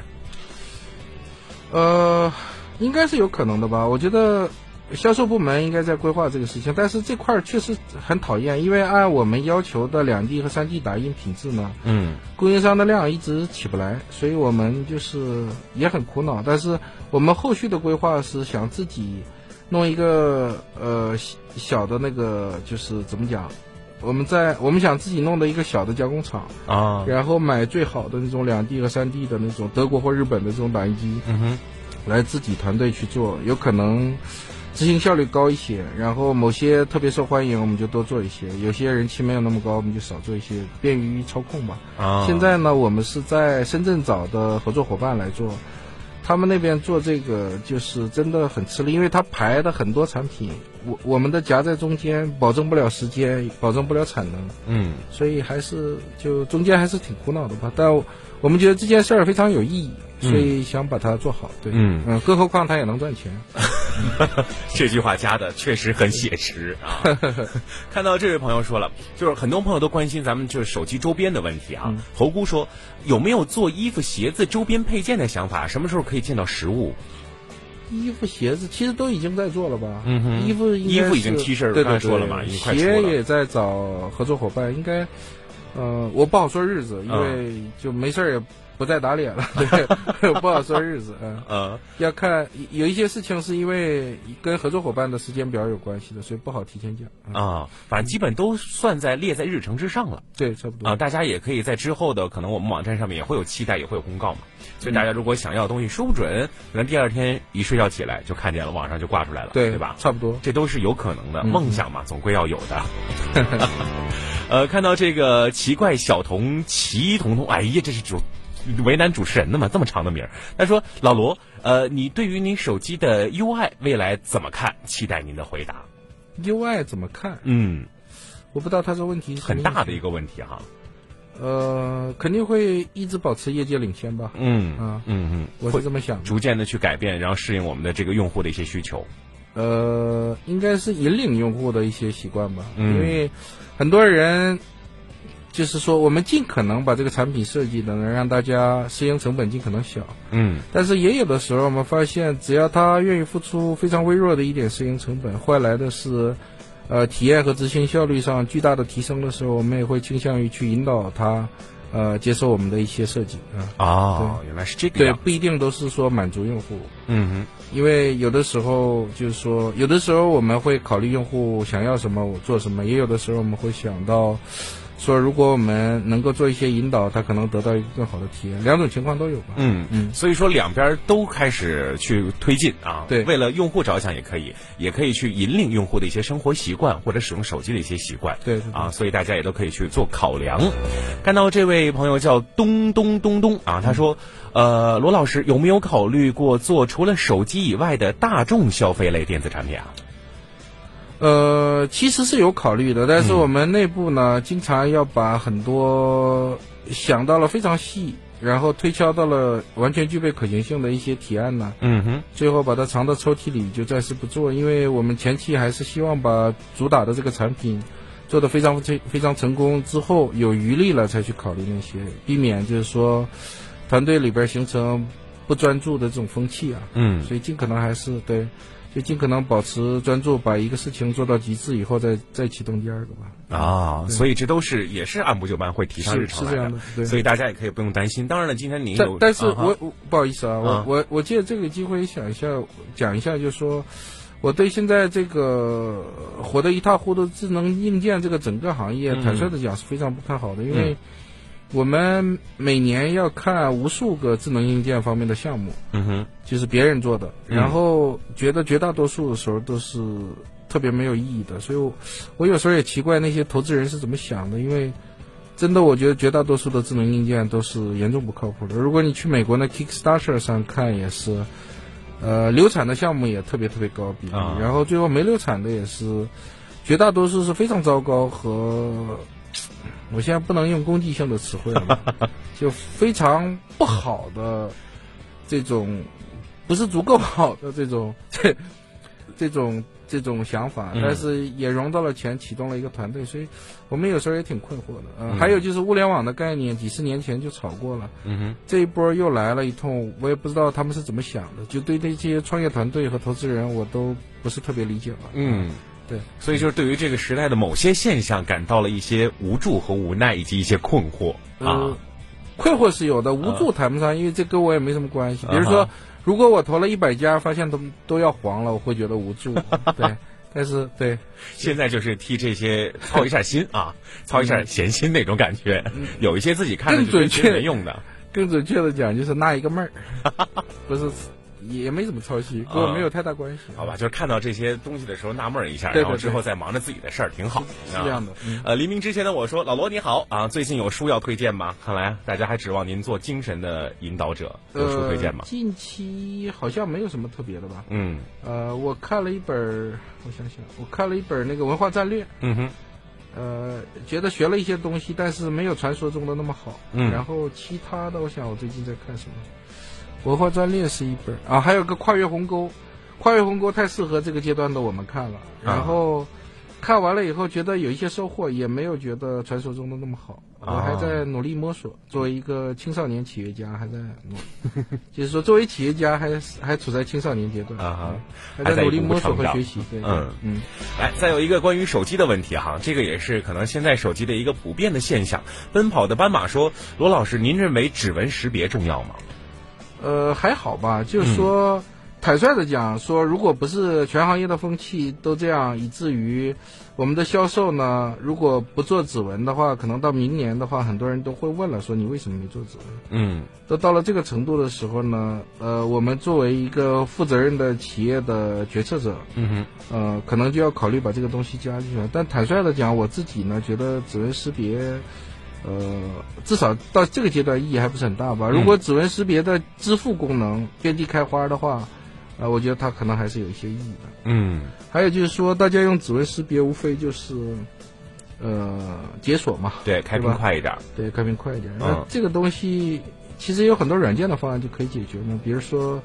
应该是有可能的吧，我觉得销售部门应该在规划这个事情，但是这块确实很讨厌，因为按我们要求的2D 和3D 打印品质呢，供应商的量一直起不来，所以我们就是也很苦恼。但是我们后续的规划是想自己弄一个小的那个，就是怎么讲，我们想自己弄的一个小的加工厂然后买最好的那种2D 和3D 的那种德国或日本的这种打印机，来自己团队去做，有可能执行效率高一些，然后某些特别受欢迎我们就多做一些，有些人气没有那么高我们就少做一些，便于操控吧。现在呢我们是在深圳找的合作伙伴来做，他们那边做这个就是真的很吃力，因为他排的很多产品，我们的夹在中间，保证不了时间，保证不了产能，所以还是就中间还是挺苦恼的吧。但我们觉得这件事儿非常有意义，所以想把它做好。对，更何况它也能赚钱。 这句话加的确实很写实啊！看到这位朋友说了，就是很多朋友都关心咱们就是手机周边的问题啊。侯姑说，有没有做衣服、鞋子周边配件的想法？什么时候可以见到实物？ 衣服、鞋子其实都已经在做了吧？衣服已经 T 恤，刚才说了嘛，已经快出了。 鞋也在找合作伙伴，应该，我不好说日子，因为就没事也不再打脸了，对，不好说日子要看有一些事情是因为跟合作伙伴的时间表有关系的，所以不好提前讲反正基本都算列在日程之上了。 对，差不多大家也可以在之后的可能我们网站上面也会有期待，也会有公告嘛。所以大家如果想要的东西说不准，可能第2天一睡觉起来就看见了，网上就挂出来了，对吧？ 差不多， 这都是有可能的。梦想嘛，总归要有的。看到这个奇怪小童齐彤彤，哎呀，这是为难主持人的嘛，这么长的名儿。他说：“老罗，你对于您手机的 UI 未来怎么看？期待您的回答。 UI 怎么看？我不知道他这问题是很大的一个问题哈。 肯定会一直保持业界领先吧。我是这么想的， 逐渐的去改变，然后适应我们的这个用户的一些需求。 应该是引领用户的一些习惯吧，因为很多人就是说，我们尽可能把这个产品设计的能让大家适应成本尽可能小。但是也有的时候我们发现，只要他愿意付出非常微弱的一点适应成本，换来的是体验和执行效率上巨大的提升的时候，我们也会倾向于去引导他接受我们的一些设计原来是这个样子。 对，不一定都是说满足用户。因为有的时候就是说，有的时候我们会考虑用户想要什么我做什么，也有的时候我们会想到说，如果我们能够做一些引导，他可能得到一个更好的体验，两种情况都有吧。 所以说两边都开始去推进啊。 对， 为了用户着想也可以去引领用户的一些生活习惯或者使用手机的一些习惯。 对所以大家也都可以去做考量。看到这位朋友叫东啊，他说罗老师有没有考虑过做除了手机以外的大众消费类电子产品啊？ 其实是有考虑的，但是我们内部呢，经常要把很多想到了非常细，然后推敲到了完全具备可行性的一些提案呢，最后把它藏到抽屉里，就暂时不做，因为我们前期还是希望把主打的这个产品做得非常成功之后，有余力了才去考虑那些，避免就是说团队里边形成不专注的这种风气啊。所以尽可能还是对。就尽可能保持专注，把一个事情做到极致以后再启动第二个吧。 所以这都是也是按部就班会提上日程来的。 是这样的，对。 所以大家也可以不用担心。当然了，今天您但是我不好意思啊，我借这个机会讲一下，就是说我对现在这个活得一塌糊涂智能硬件这个整个行业，坦率的讲是非常不看好的，因为我们每年要看无数个智能硬件方面的项目，就是别人做的，然后觉得绝大多数的时候都是特别没有意义的，所以我有时候也奇怪那些投资人是怎么想的，因为真的我觉得绝大多数的智能硬件都是严重不靠谱的。如果你去美国的 Kickstarter 上看也是，流产的项目也特别高比例，然后最后没流产的也是绝大多数是非常糟糕和我现在不能用攻击性的词汇了，就非常不好的这种，不是足够好的这种想法，但是也融到了钱，启动了一个团队，所以我们有时候也挺困惑的。还有就是物联网的概念，几十年前就炒过了，这一波又来了一通，我也不知道他们是怎么想的，就对这些创业团队和投资人，我都不是特别理解吧。对， 所以就是对于这个时代的某些现象感到了一些无助和无奈，以及一些困惑困惑是有的，无助谈不上，因为这跟我也没什么关系。比如说，如果我投了100家，发现都要黄了，我会觉得无助。对，但是对， 现在就是替这些操一下心操一下闲心那种感觉，有一些自己看着就觉得没用的。 更准确的讲，就是纳一个闷儿，不是。也没怎么操心，跟我没有太大关系。 好吧，就是看到这些东西的时候纳闷一下，然后之后再忙着自己的事儿，挺好。 是这样的。 黎明之前呢，我说老罗你好啊，最近有书要推荐吗？看来大家还指望您做精神的引导者，有书推荐吗？ 近期好像没有什么特别的吧。我看了一本，我看了一本那个文化战略。觉得学了一些东西，但是没有传说中的那么好。然后其他的，我想我最近在看什么？文化战略是一本还有个跨越鸿沟，跨越鸿沟太适合这个阶段的我们看了，然后看完了以后觉得有一些收获，也没有觉得传说中的那么好，我还在努力摸索。作为一个青少年企业家，还在就是说作为企业家还处在青少年阶段还在努力摸索和学习。对， 来，再有一个关于手机的问题这个也是可能现在手机的一个普遍的现象。奔跑的斑马说，罗老师，您认为指纹识别重要吗？ 还好吧，就是说，坦率的讲，说如果不是全行业的风气都这样，以至于我们的销售呢，如果不做指纹的话，可能到明年的话，很多人都会问了，说你为什么没做指纹？都到了这个程度的时候呢，我们作为一个负责任的企业的决策者，可能就要考虑把这个东西加进去了。但坦率的讲，我自己呢，觉得指纹识别。至少到这个阶段意义还不是很大吧。如果指纹识别的支付功能遍地开花的话，我觉得它可能还是有一些意义的。还有就是说，大家用指纹识别无非就是解锁嘛， 对，开屏快一点， 对，开屏快一点。那这个东西其实有很多软件的方案就可以解决嘛，比如说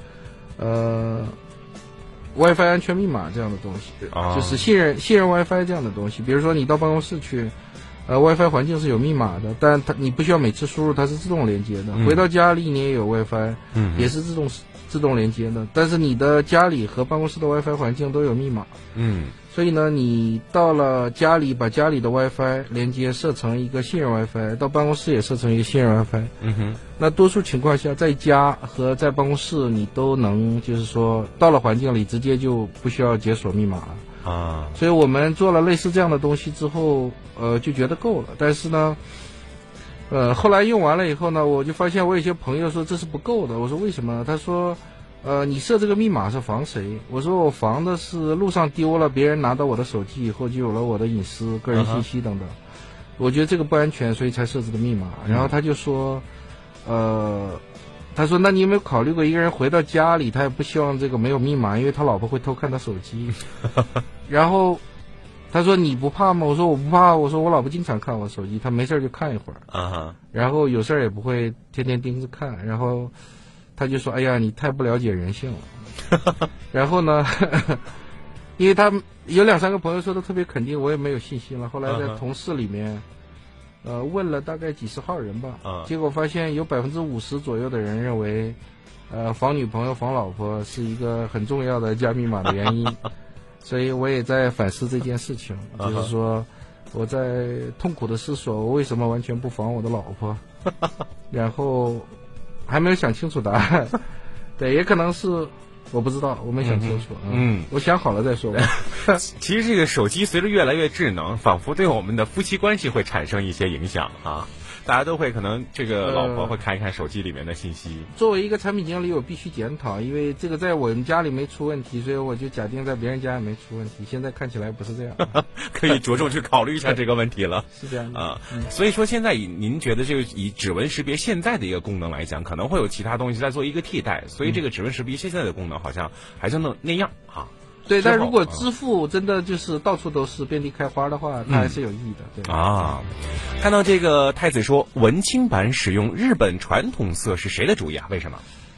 WiFi 安全密码这样的东西，就是信任 WiFi 这样的东西。比如说你到办公室去。WiFi 环境是有密码的，但你不需要每次输入，它是自动连接的。回到家里你也有 WiFi，也是自动连接的。但是你的家里和办公室的 WiFi 环境都有密码，所以呢，你到了家里把家里的 WiFi 连接设成一个信任 WiFi， 到办公室也设成一个信任 WiFi。那多数情况下，在家和在办公室你都能，就是说到了环境里直接就不需要解锁密码了。所以我们做了类似这样的东西之后，就觉得够了。但是呢，后来用完了以后呢，我就发现我有些朋友说这是不够的。我说为什么？他说，你设这个密码是防谁？我说我防的是路上丢了，别人拿到我的手机以后就有了我的隐私、个人信息等等。我觉得这个不安全，所以才设置的密码。然后他就说，他说：“那你有没有考虑过，一个人回到家里，他也不希望这个没有密码，因为他老婆会偷看他手机。”然后他说：“你不怕吗？”我说：“我不怕。”我说：“我老婆经常看我手机，她没事就看一会儿，然后有事也不会天天盯着看。”然后他就说：“哎呀，你太不了解人性了。”然后呢，因为他有2-3个朋友说的特别肯定，我也没有信心了。后来在同事里面。问了大概几十号人吧，结果发现有50%左右的人认为，防女朋友、防老婆是一个很重要的加密码的原因，所以我也在反思这件事情，就是说我在痛苦的思索，我为什么完全不防我的老婆，然后还没有想清楚答案，对，也可能是。我不知道，我没想清楚。我想好了再说吧。 其实这个手机随着越来越智能，仿佛对我们的夫妻关系会产生一些影响啊。大家都会可能这个老婆会看一看手机里面的信息。 作为一个产品经理，我必须检讨，因为这个在我们家里没出问题，所以我就假定在别人家也没出问题。现在看起来不是这样， 可以着重去考虑一下这个问题了。 是这样的啊。所以说现在您觉得这个以指纹识别现在的一个功能来讲，可能会有其他东西在做一个替代，所以这个指纹识别现在的功能好像还是那样啊。 对，但如果支付真的就是到处都是遍地开花的话，它还是有意义的。对啊，看到这个太子说文青版使用日本传统色是谁的主意啊？为什么？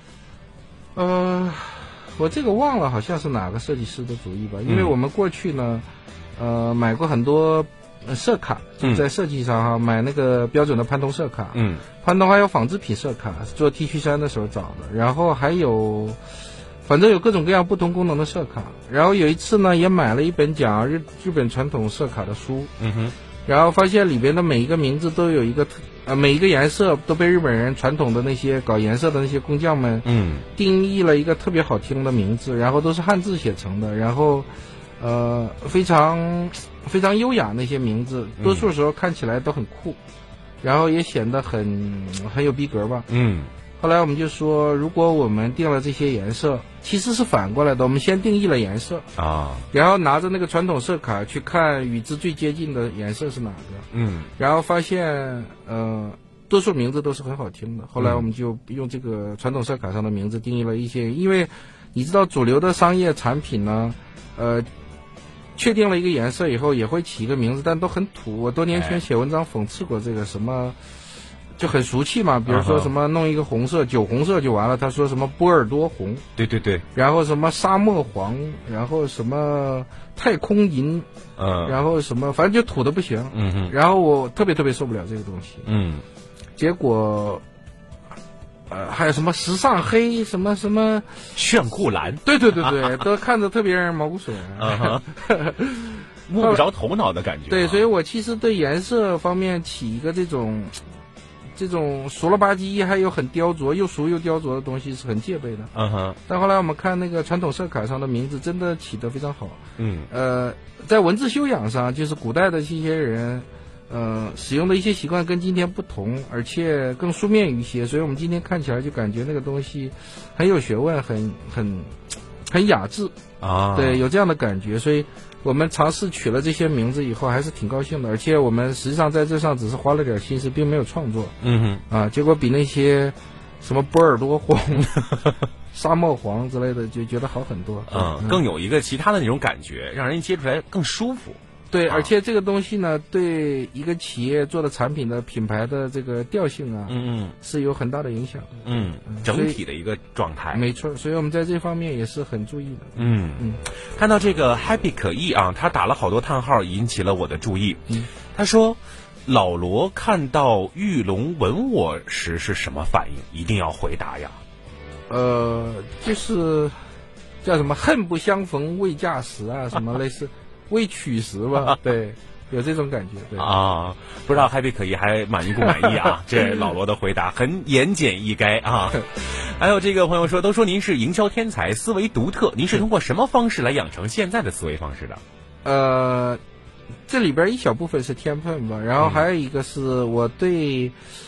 我这个忘了，好像是哪个设计师的主意吧？因为我们过去呢，买过很多色卡，就在设计上买那个标准的潘通色卡。潘通还有纺织品色卡，做 T 恤衫的时候找的，然后还有。反正有各种各样不同功能的色卡，然后有一次呢，也买了一本讲日本传统色卡的书，然后发现里边的每一个名字都有一个每一个颜色都被日本人传统的那些搞颜色的那些工匠们，定义了一个特别好听的名字，然后都是汉字写成的，然后非常非常优雅那些名字，多数时候看起来都很酷，然后也显得很有逼格吧。后来我们就说，如果我们定了这些颜色，其实是反过来的，我们先定义了颜色啊，然后拿着那个传统色卡去看与之最接近的颜色是哪个，然后发现多数名字都是很好听的。后来我们就用这个传统色卡上的名字定义了一些，因为你知道主流的商业产品呢，确定了一个颜色以后也会起一个名字，但都很土。我多年前写文章讽刺过这个什么。就很俗气嘛，比如说什么弄一个红色，酒红色就完了。他说什么波尔多红， 对对对， 然后什么沙漠黄，然后什么太空银，然后什么，反正就土的不行。然后我特别受不了这个东西。结果，还有什么时尚黑，什么炫酷蓝， 对，都看着特别让人毛骨悚然。 摸不着头脑的感觉。 对，所以我其实对颜色方面起一个这种俗了吧唧还有很雕琢又俗又雕琢的东西是很戒备的。但后来我们看那个传统色卡上的名字真的起得非常好。在文字修养上，就是古代的这些人使用的一些习惯跟今天不同，而且更书面语一些，所以我们今天看起来就感觉那个东西很有学问，很雅致啊。对，有这样的感觉，所以我们尝试取了这些名字以后还是挺高兴的，而且我们实际上在这上只是花了点心思，并没有创作。结果比那些什么波尔多黄沙漠黄之类的就觉得好很多。 更有一个其他的那种感觉，让人接出来更舒服。 对，而且这个东西呢，对一个企业做的产品的品牌的这个调性啊，是有很大的影响的。 整体的一个状态。 没错，所以我们在这方面也是很注意的。 看到这个 Happy 可意啊，他打了好多叹号，引起了我的注意。他说，老罗看到玉龙吻我时是什么反应？一定要回答呀。 就是叫什么恨不相逢未嫁时啊，什么类似未娶时吧，对，有这种感觉。对啊，不知道 Happy 可意还满意不满意啊？这老罗的回答很言简意赅啊。还有这个朋友说，都说您是营销天才，思维独特，您是通过什么方式来养成现在的思维方式的？ 这里边一小部分是天分吧，然后还有一个是我对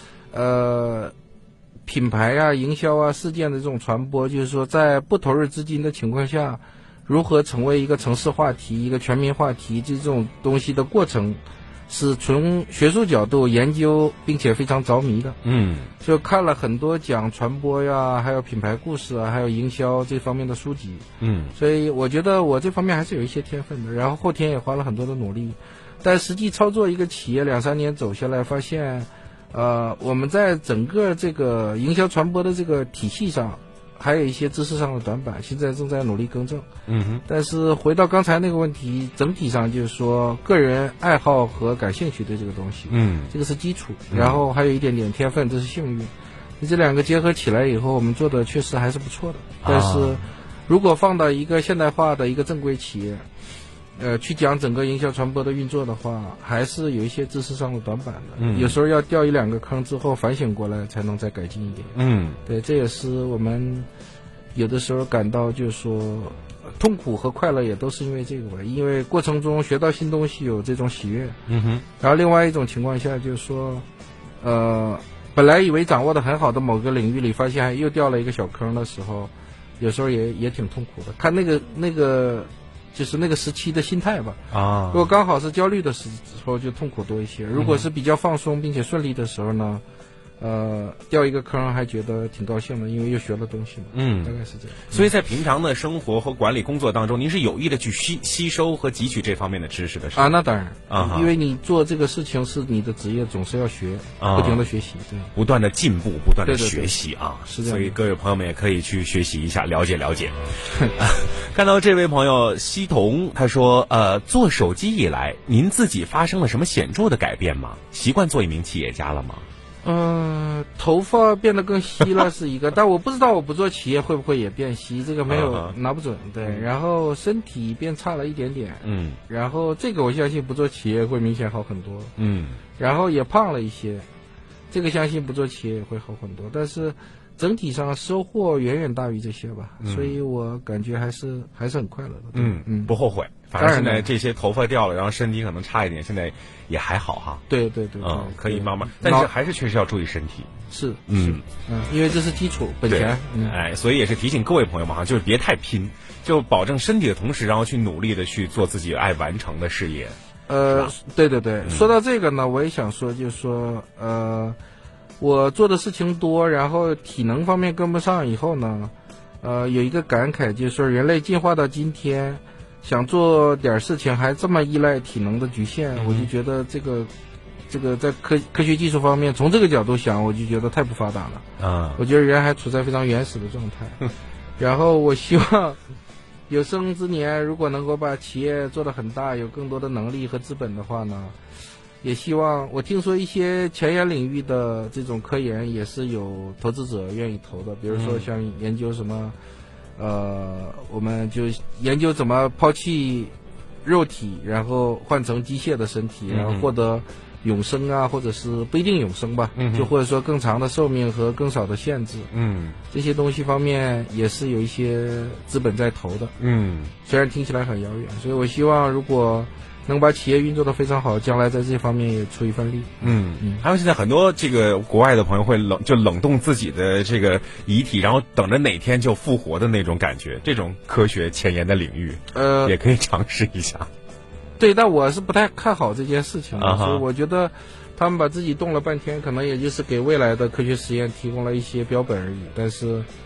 品牌啊、营销啊、事件的这种传播，就是说在不投入资金的情况下，如何成为一个城市话题、一个全民话题，这种东西的过程是从学术角度研究并且非常着迷的。就看了很多讲传播呀，还有品牌故事啊，还有营销这方面的书籍。所以我觉得我这方面还是有一些天分的，然后后天也花了很多的努力，但实际操作一个企业2-3年走下来，发现我们在整个这个营销传播的这个体系上还有一些知识上的短板，现在正在努力更正。但是回到刚才那个问题，整体上就是说个人爱好和感兴趣对这个东西，这个是基础，然后还有一点点天分，这是幸运。这两个结合起来以后，我们做的确实还是不错的。但是如果放到一个现代化的一个正规企业，去讲整个营销传播的运作的话，还是有一些知识上的短板的。有时候要掉1-2个坑之后反省过来，才能再改进一点。对，这也是我们有的时候感到就是说痛苦和快乐也都是因为这个吧，因为过程中学到新东西有这种喜悦。然后另外一种情况下就是说，本来以为掌握的很好的某个领域里，发现又掉了一个小坑的时候，有时候也挺痛苦的。看那个就是那个时期的心态吧。如果刚好是焦虑的时候，就痛苦多一些；如果是比较放松并且顺利的时候呢，掉一个坑还觉得挺高兴的，因为又学了东西嘛。大概是这样。 所以在平常的生活和管理工作当中，您是有意的去吸收和汲取这方面的知识的，是吧？ 那当然因为你做这个事情是你的职业，总是要学，不停的学习，对， 不断的进步，不断的学习啊。 是这样。 所以各位朋友们也可以去学习一下，了解了解。看到这位朋友西彤，他说做手机以来，您自己发生了什么显著的改变吗？习惯做一名企业家了吗？ 头发变得更稀了是一个，但我不知道我不做企业会不会也变稀，这个没有拿不准。对，然后身体变差了一点点。然后这个我相信不做企业会明显好很多。然后也胖了一些，这个相信不做企业也会好很多，但是整体上收获远远大于这些吧，所以我感觉还是很快乐的。 不后悔。反正现在这些头发掉了，然后身体可能差一点，现在也还好哈。 对， 可以慢慢，但是还是确实要注意身体。 是，因为这是基础本钱。 所以也是提醒各位朋友们哈，就是别太拼，就保证身体的同时，然后去努力的去做自己爱完成的事业。 对，说到这个呢，我也想说，就是说，我做的事情多，然后体能方面跟不上以后呢，有一个感慨，就是说人类进化到今天，想做点事情还这么依赖体能的局限，我就觉得这个在科学技术方面，从这个角度想，我就觉得太不发达了。我觉得人还处在非常原始的状态。然后我希望有生之年，如果能够把企业做得很大，有更多的能力和资本的话呢，也希望，我听说一些前沿领域的这种科研也是有投资者愿意投的，比如说像研究什么我们就研究怎么抛弃肉体，然后换成机械的身体，然后获得永生啊，或者是不一定永生吧，就或者说更长的寿命和更少的限制。这些东西方面也是有一些资本在投的。虽然听起来很遥远，所以我希望如果能把企业运作得非常好，将来在这方面也出一份力。 还有现在很多这个国外的朋友会冷冻自己的这个遗体，然后等着哪天就复活的那种感觉，这种科学前沿的领域，也可以尝试一下。 对，但我是不太看好这件事情的，所以我觉得他们把自己冻了半天，可能也就是给未来的科学实验提供了一些标本而已。但是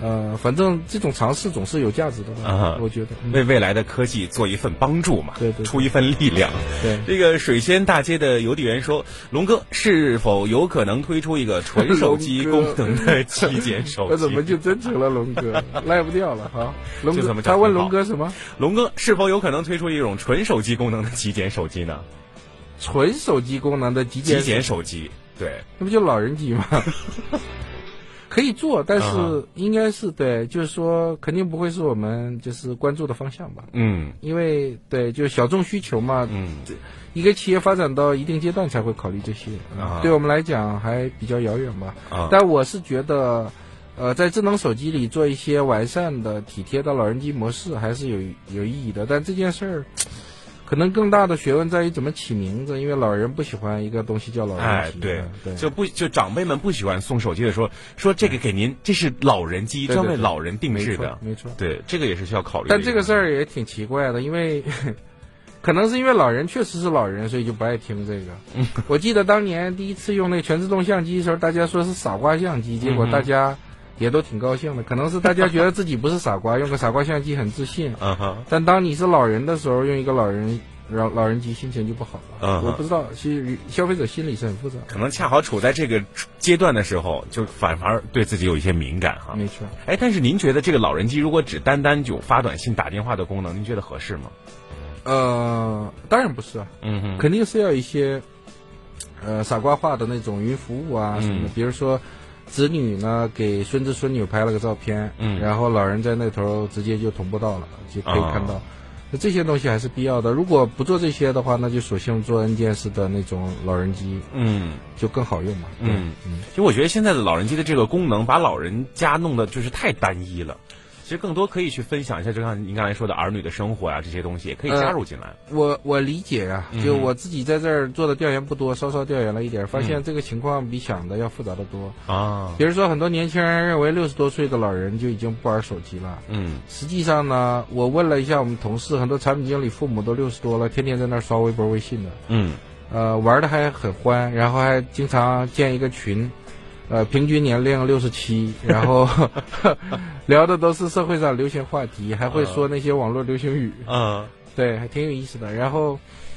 反正这种尝试总是有价值的吧，我觉得为未来的科技做一份帮助嘛， 对， 出一份力量。 对， 这个水仙大街的邮递员说，龙哥是否有可能推出一个纯手机功能的极简手机？ 我怎么就真成了龙哥，赖不掉了哈？龙哥， 就这么他问龙哥什么？ 龙哥是否有可能推出一种纯手机功能的极简手机呢？ 纯手机功能的极简手机，对， 那不就老人机吗？可以做，但是应该是对，就是说肯定不会是我们就是关注的方向吧。因为对，就小众需求嘛。一个企业发展到一定阶段才会考虑这些。对我们来讲还比较遥远吧。但我是觉得，在智能手机里做一些完善的、体贴的老人机模式还是有意义的。但这件事儿。可能更大的学问在于怎么起名字，因为老人不喜欢一个东西叫老人机。 对，就长辈们不喜欢送手机的说这个给您，这是老人机，专为老人定制的， 没错。 对，这个也是需要考虑的。 但这个事儿也挺奇怪的，因为可能是因为老人确实是老人，所以就不爱听这个。我记得当年第一次用那个全自动相机的时候，大家说是傻瓜相机，结果大家也都挺高兴的，可能是大家觉得自己不是傻瓜，用个傻瓜相机很自信。但当你是老人的时候，用一个老人机，心情就不好了。我不知道，其实消费者心理是很复杂的， 可能恰好处在这个阶段的时候，就反而对自己有一些敏感哈。 没错。 但是您觉得这个老人机如果只单有发短信、打电话的功能，您觉得合适吗？ 当然不是啊。肯定是要一些傻瓜化的那种云服务啊什么的，比如说。子女呢给孙子孙女拍了个照片，然后老人在那头直接就同步到了，就可以看到。那这些东西还是必要的。如果不做这些的话，那就索性做按键式的那种老人机，就更好用嘛。 其实我觉得现在的老人机的这个功能，把老人家弄得就是太单一了。其实更多可以去分享一下，就像您刚才说的儿女的生活啊，这些东西也可以加入进来。 我理解啊，就我自己在这儿做的调研不多，稍稍调研了一点，发现这个情况比想的要复杂的多啊。比如说，很多年轻人认为60多岁的老人就已经不玩手机了。实际上呢，我问了一下我们同事，很多产品经理父母都60多了，天天在那儿刷微博、微信的。玩的还很欢，然后还经常建一个群。平均年龄67，然后聊的都是社会上流行话题，还会说那些网络流行语。对，还挺有意思的。然后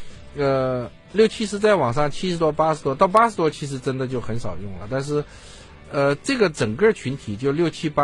，60、70在网上，70多、80多，到80多其实真的就很少用了。但是，这个整个群体就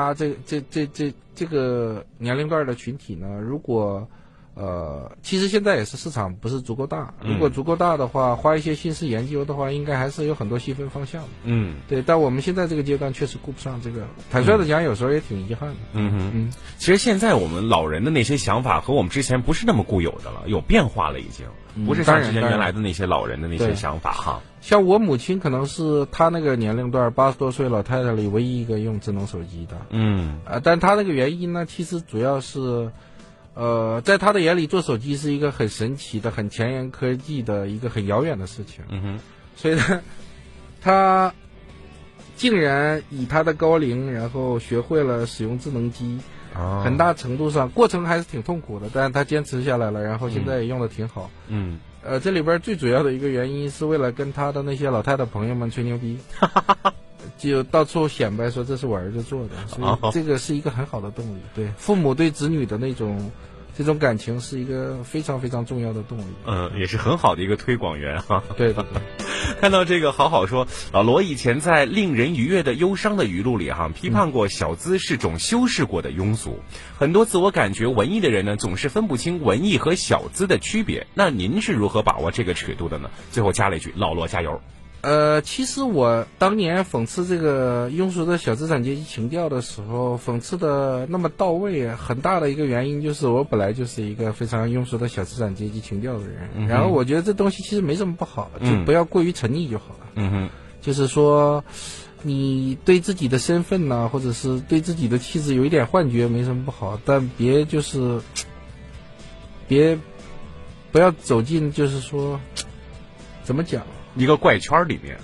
6、7、8这个年龄段的群体呢，如果其实现在也是市场不是足够大，如果足够大的话，花一些心思研究的话，应该还是有很多细分方向的。对，但我们现在这个阶段确实顾不上这个，坦率的讲，有时候也挺遗憾的。 其实现在我们老人的那些想法和我们之前不是那么固有的了，有变化了已经，不是像之前原来的那些老人的那些想法哈。 像我母亲可能是她那个年龄段80多岁老太太里唯一一个用智能手机的。但她那个原因呢，其实主要是。在他的眼里，做手机是一个很神奇的、很前沿科技的一个很遥远的事情。所以呢，他竟然以他的高龄，然后学会了使用智能机。很大程度上，过程还是挺痛苦的，但是他坚持下来了，然后现在也用的挺好。这里边最主要的一个原因是为了跟他的那些老太太朋友们吹牛逼。就到处显摆说这是我儿子做的，所以这个是一个很好的动力。对，父母对子女的这种感情是一个非常非常重要的动力。 也是很好的一个推广源哈。 对。 看到这个好说，老罗以前在令人愉悦的忧伤的语录里批判过小资是种修饰过的庸俗。很多自我感觉文艺的人呢，总是分不清文艺和小资的区别。那您是如何把握这个尺度的呢？最后加了一句：老罗加油。 其实我当年讽刺这个庸俗的小资产阶级情调的时候，讽刺的那么到位，很大的一个原因就是我本来就是一个非常庸俗的小资产阶级情调的人。然后我觉得这东西其实没什么不好，就不要过于沉溺就好了。就是说，你对自己的身份呢，或者是对自己的气质有一点幻觉，没什么不好，但不要走进，就是说，怎么讲？ 一个怪圈里面，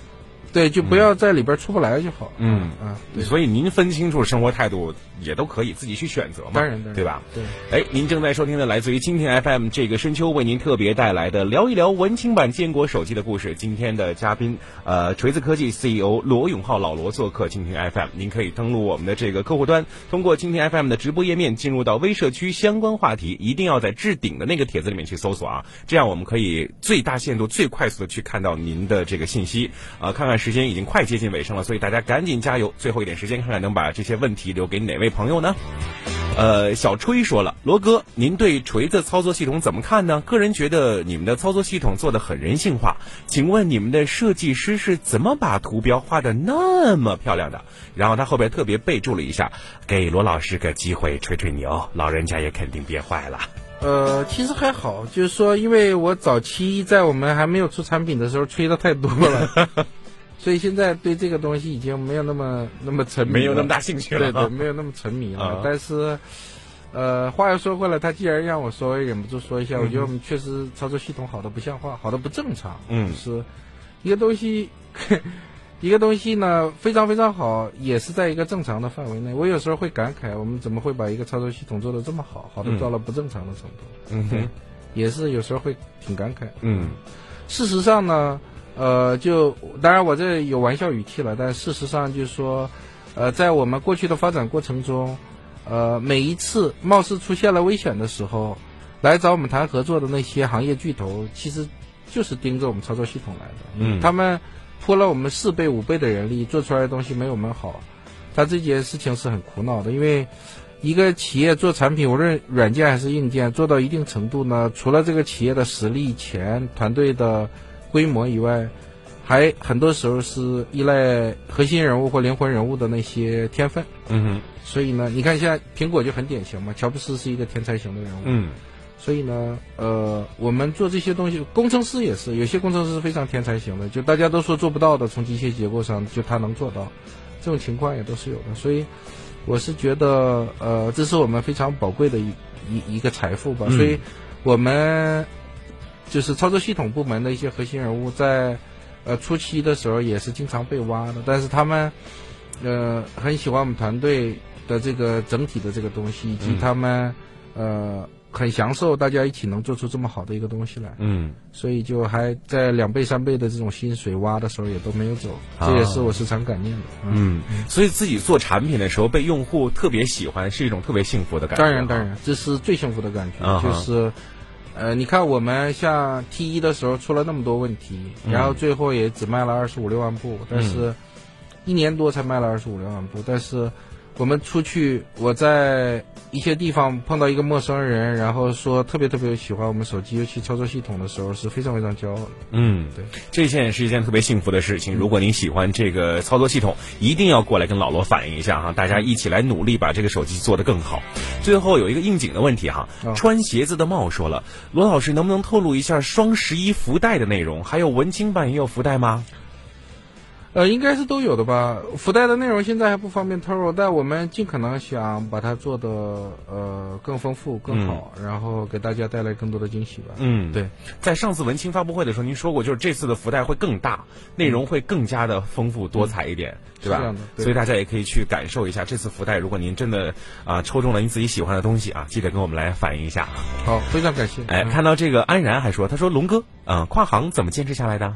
对，就不要在里边出不来就好。 对，所以您分清楚生活态度也都可以自己去选择嘛， 当然， 对吧？ 对。 您正在收听的来自于蜻蜓 FM 这个深秋为您特别带来的聊一聊文青版坚果手机的故事。今天的嘉宾锤子科技 CEO 罗永浩老罗做客蜻蜓 FM， 您可以登录我们的这个客户端，通过蜻蜓 FM 的直播页面进入到微社区相关话题，一定要在置顶的那个帖子里面去搜索啊，这样我们可以最大限度最快速的去看到您的这个信息。看看时间已经快接近尾声了，所以大家赶紧加油，最后一点时间看看能把这些问题留给哪位朋友呢？小吹说了，罗哥，您对锤子操作系统怎么看呢？个人觉得你们的操作系统做得很人性化，请问你们的设计师是怎么把图标画得那么漂亮的？然后他后边特别备注了一下，给罗老师个机会吹吹牛，老人家也肯定憋坏了。 其实还好，就是说，因为我早期在我们还没有出产品的时候吹的太多了，所以现在对这个东西已经没有那么沉迷了， 没有那么大兴趣了， 对，没有那么沉迷了。但是，话又说回来，他既然让我说，我也忍不住说一下，我觉得我们确实操作系统好的不像话，好的不正常。是一个东西。一个东西呢非常非常好，也是在一个正常的范围内。我有时候会感慨，我们怎么会把一个操作系统做得这么好，好的到了不正常的程度。对，也是有时候会挺感慨。事实上呢，就当然我这有玩笑语气了，但事实上就是说，在我们过去的发展过程中，每一次貌似出现了危险的时候，来找我们谈合作的那些行业巨头，其实就是盯着我们操作系统来的。他们拖了我们4倍5倍的人力，做出来的东西没我们好，他这件事情是很苦恼的。因为一个企业做产品，无论软件还是硬件，做到一定程度呢，除了这个企业的实力、钱、团队的规模以外，还很多时候是依赖核心人物或灵魂人物的那些天分。所以呢，你看现在苹果就很典型嘛，乔布斯是一个天才型的人物。所以呢，我们做这些东西，工程师也是，有些工程师是非常天才型的，就大家都说做不到的，从机械结构上就他能做到，这种情况也都是有的。所以我是觉得，这是我们非常宝贵的一个财富吧。所以我们就是操作系统部门的一些核心人物在初期的时候也是经常被挖的，但是他们很喜欢我们团队的这个整体的这个东西，以及他们很享受大家一起能做出这么好的一个东西来。所以就还在2倍3倍的这种薪水挖的时候也都没有走，这也是我时常感念的。 所以自己做产品的时候被用户特别喜欢，是一种特别幸福的感觉。 当然，这是最幸福的感觉。就是你看我们像 T1 的时候出了那么多问题，然后最后也只卖了25-26万部，但是1年多才卖了25-26万部，但是我们出去，我在一些地方碰到一个陌生人，然后说特别特别喜欢我们手机，尤其操作系统的时候，是非常非常骄傲的。 对，这件是一件特别幸福的事情。如果您喜欢这个操作系统，一定要过来跟老罗反映一下哈，大家一起来努力把这个手机做得更好。最后有一个应景的问题哈，穿鞋子的帽说了，罗老师能不能透露一下双11福袋的内容？还有文青版也有福袋吗？ 应该是都有的吧。福袋的内容现在还不方便透露，但我们尽可能想把它做的更丰富、更好，然后给大家带来更多的惊喜吧。对， 在上次文青发布会的时候，您说过，就是这次的福袋会更大，内容会更加的丰富多彩一点，对吧？ 这样的，对。 所以大家也可以去感受一下这次福袋。如果您真的抽中了您自己喜欢的东西记得跟我们来反映一下。 好，非常感谢。 看到这个安然还说，他说龙哥跨行怎么坚持下来的？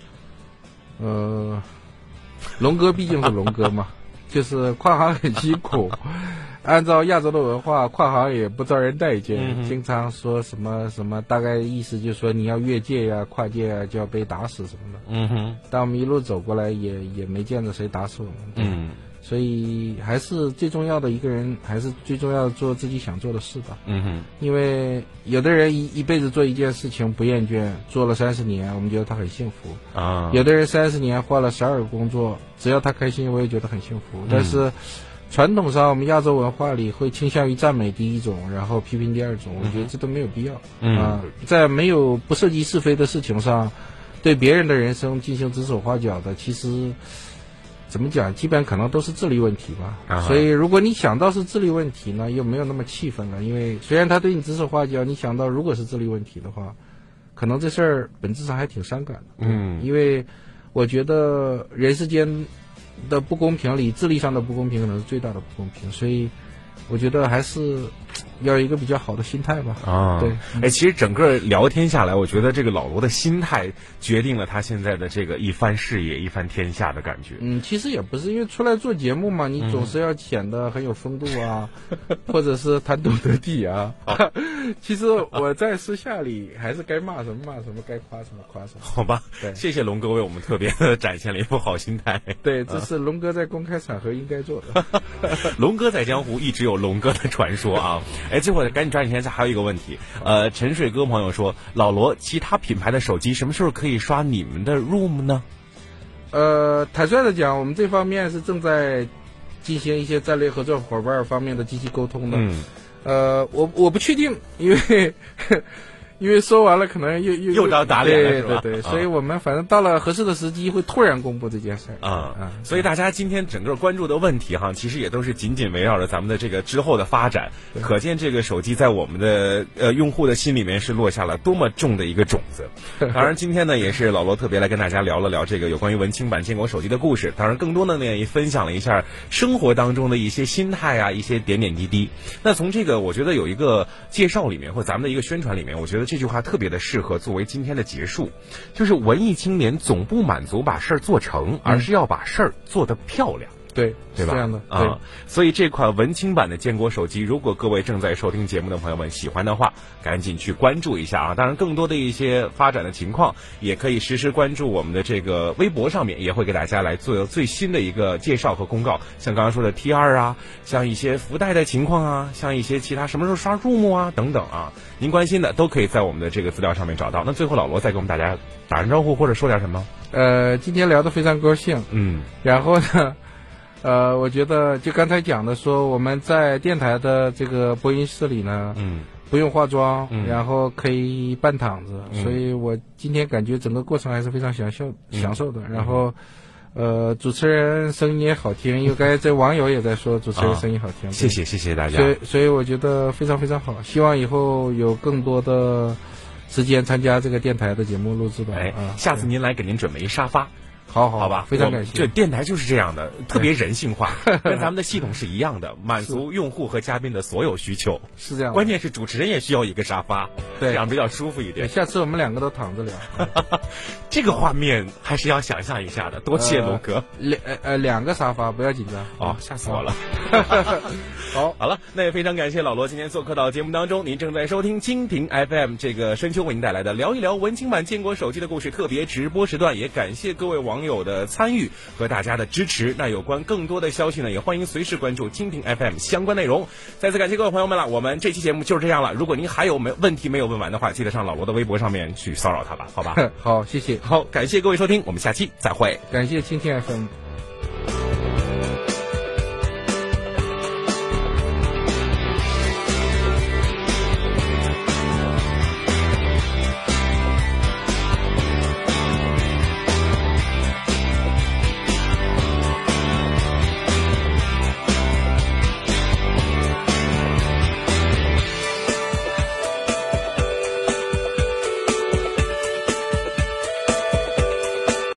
龙哥毕竟是龙哥嘛，就是跨行很辛苦。按照亚洲的文化，跨行也不招人待见，经常说什么什么，大概意思就是说你要越界呀、跨界呀，就要被打死什么的。但我们一路走过来也没见着谁打死我们。所以还是最重要的一个人，还是最重要的做自己想做的事吧。因为有的人一辈子做一件事情不厌倦，做了30年，我们觉得他很幸福啊。有的人30年换了12个工作，只要他开心，我也觉得很幸福。但是传统上我们亚洲文化里会倾向于赞美第一种，然后批评第二种，我觉得这都没有必要。在没有不涉及是非的事情上，对别人的人生进行指手画脚的，其实怎么讲，基本可能都是智力问题吧。所以如果你想到是智力问题呢，又没有那么气愤了。因为虽然他对你指手画脚，你想到如果是智力问题的话，可能这事儿本质上还挺伤感的。因为我觉得人世间的不公平里，智力上的不公平可能是最大的不公平，所以我觉得还是要有一个比较好的心态吧。 啊， 对， 其实整个聊天下来，我觉得这个老罗的心态决定了他现在的这个一番事业、一番天下的感觉。 其实也不是，因为出来做节目嘛，你总是要显得很有风度啊，或者是谈吐得体啊。其实我在私下里还是该骂什么骂什么，该夸什么夸什么。 好吧，谢谢龙哥为我们特别展现了一副好心态。 对，这是龙哥在公开场合应该做的。 龙哥在江湖一直有龙哥的传说啊。最后赶紧抓紧时间，还有一个问题，沉水哥朋友说，老罗，其他品牌的手机什么时候可以刷你们的 ROM 呢？ 坦率的讲，我们这方面是正在进行一些战略合作伙伴方面的积极沟通的。我不确定，因为说完了可能又遭打脸了，是吧？ 对，所以我们反正到了合适的时机会突然公布这件事所以大家今天整个关注的问题哈，其实也都是紧紧围绕着咱们的这个之后的发展。可见这个手机在我们的用户的心里面是落下了多么重的一个种子。当然今天呢，也是老罗特别来跟大家聊了聊这个有关于文青版坚果手机的故事。当然更多的呢也分享了一下生活当中的一些心态啊，一些点点滴滴。那从这个我觉得有一个介绍里面或者咱们的一个宣传里面，我觉得这句话特别的适合作为今天的结束，就是文艺青年总不满足把事儿做成，而是要把事儿做得漂亮。 对吧？ 这样的对。 所以这款文青版的坚果手机，如果各位正在收听节目的朋友们喜欢的话，赶紧去关注一下啊！当然，更多的一些发展的情况，也可以实时关注我们的这个微博上面，也会给大家来做最新的一个介绍和公告。像刚刚说的 T2 啊，像一些福袋的情况啊，像一些其他什么时候刷入目啊等等啊，您关心的都可以在我们的这个资料上面找到。那最后老罗再给我们大家打声招呼，或者说点什么？ 今天聊得非常高兴。然后呢？我觉得就刚才讲的说，我们在电台的这个播音室里呢，不用化妆，然后可以半躺着，所以我今天感觉整个过程还是非常享受的。然后，主持人声音也好听，因为刚才这网友也在说主持人声音好听。 谢谢大家。 所以我觉得非常非常好，希望以后有更多的时间参加这个电台的节目录制吧。 下次您来给您准备一沙发。 好吧，非常感谢。 这电台就是这样的，特别人性化，跟咱们的系统是一样的，满足用户和嘉宾的所有需求。 是这样。 关键是主持人也需要一个沙发， 对， 这样比较舒服一点。 下次我们两个都躺着聊。 这个画面还是要想象一下的。多谢龙哥。 两个沙发，不要紧张。 吓死我了。 好了，那也非常感谢老罗今天做客到节目当中。您正在收听蜻蜓 FM 这个深秋为您带来的聊一聊文青版坚果手机的故事特别直播时段，也感谢各位网友的参与和大家的支持。那有关更多的消息呢，也欢迎随时关注蜻蜓 FM 相关内容。再次感谢各位朋友们了，我们这期节目就是这样了。如果您还有问题没有问完的话，记得上老罗的微博上面去骚扰他吧，好吧？ 好，谢谢。 好，感谢各位收听，我们下期再会。 感谢蜻蜓 FM。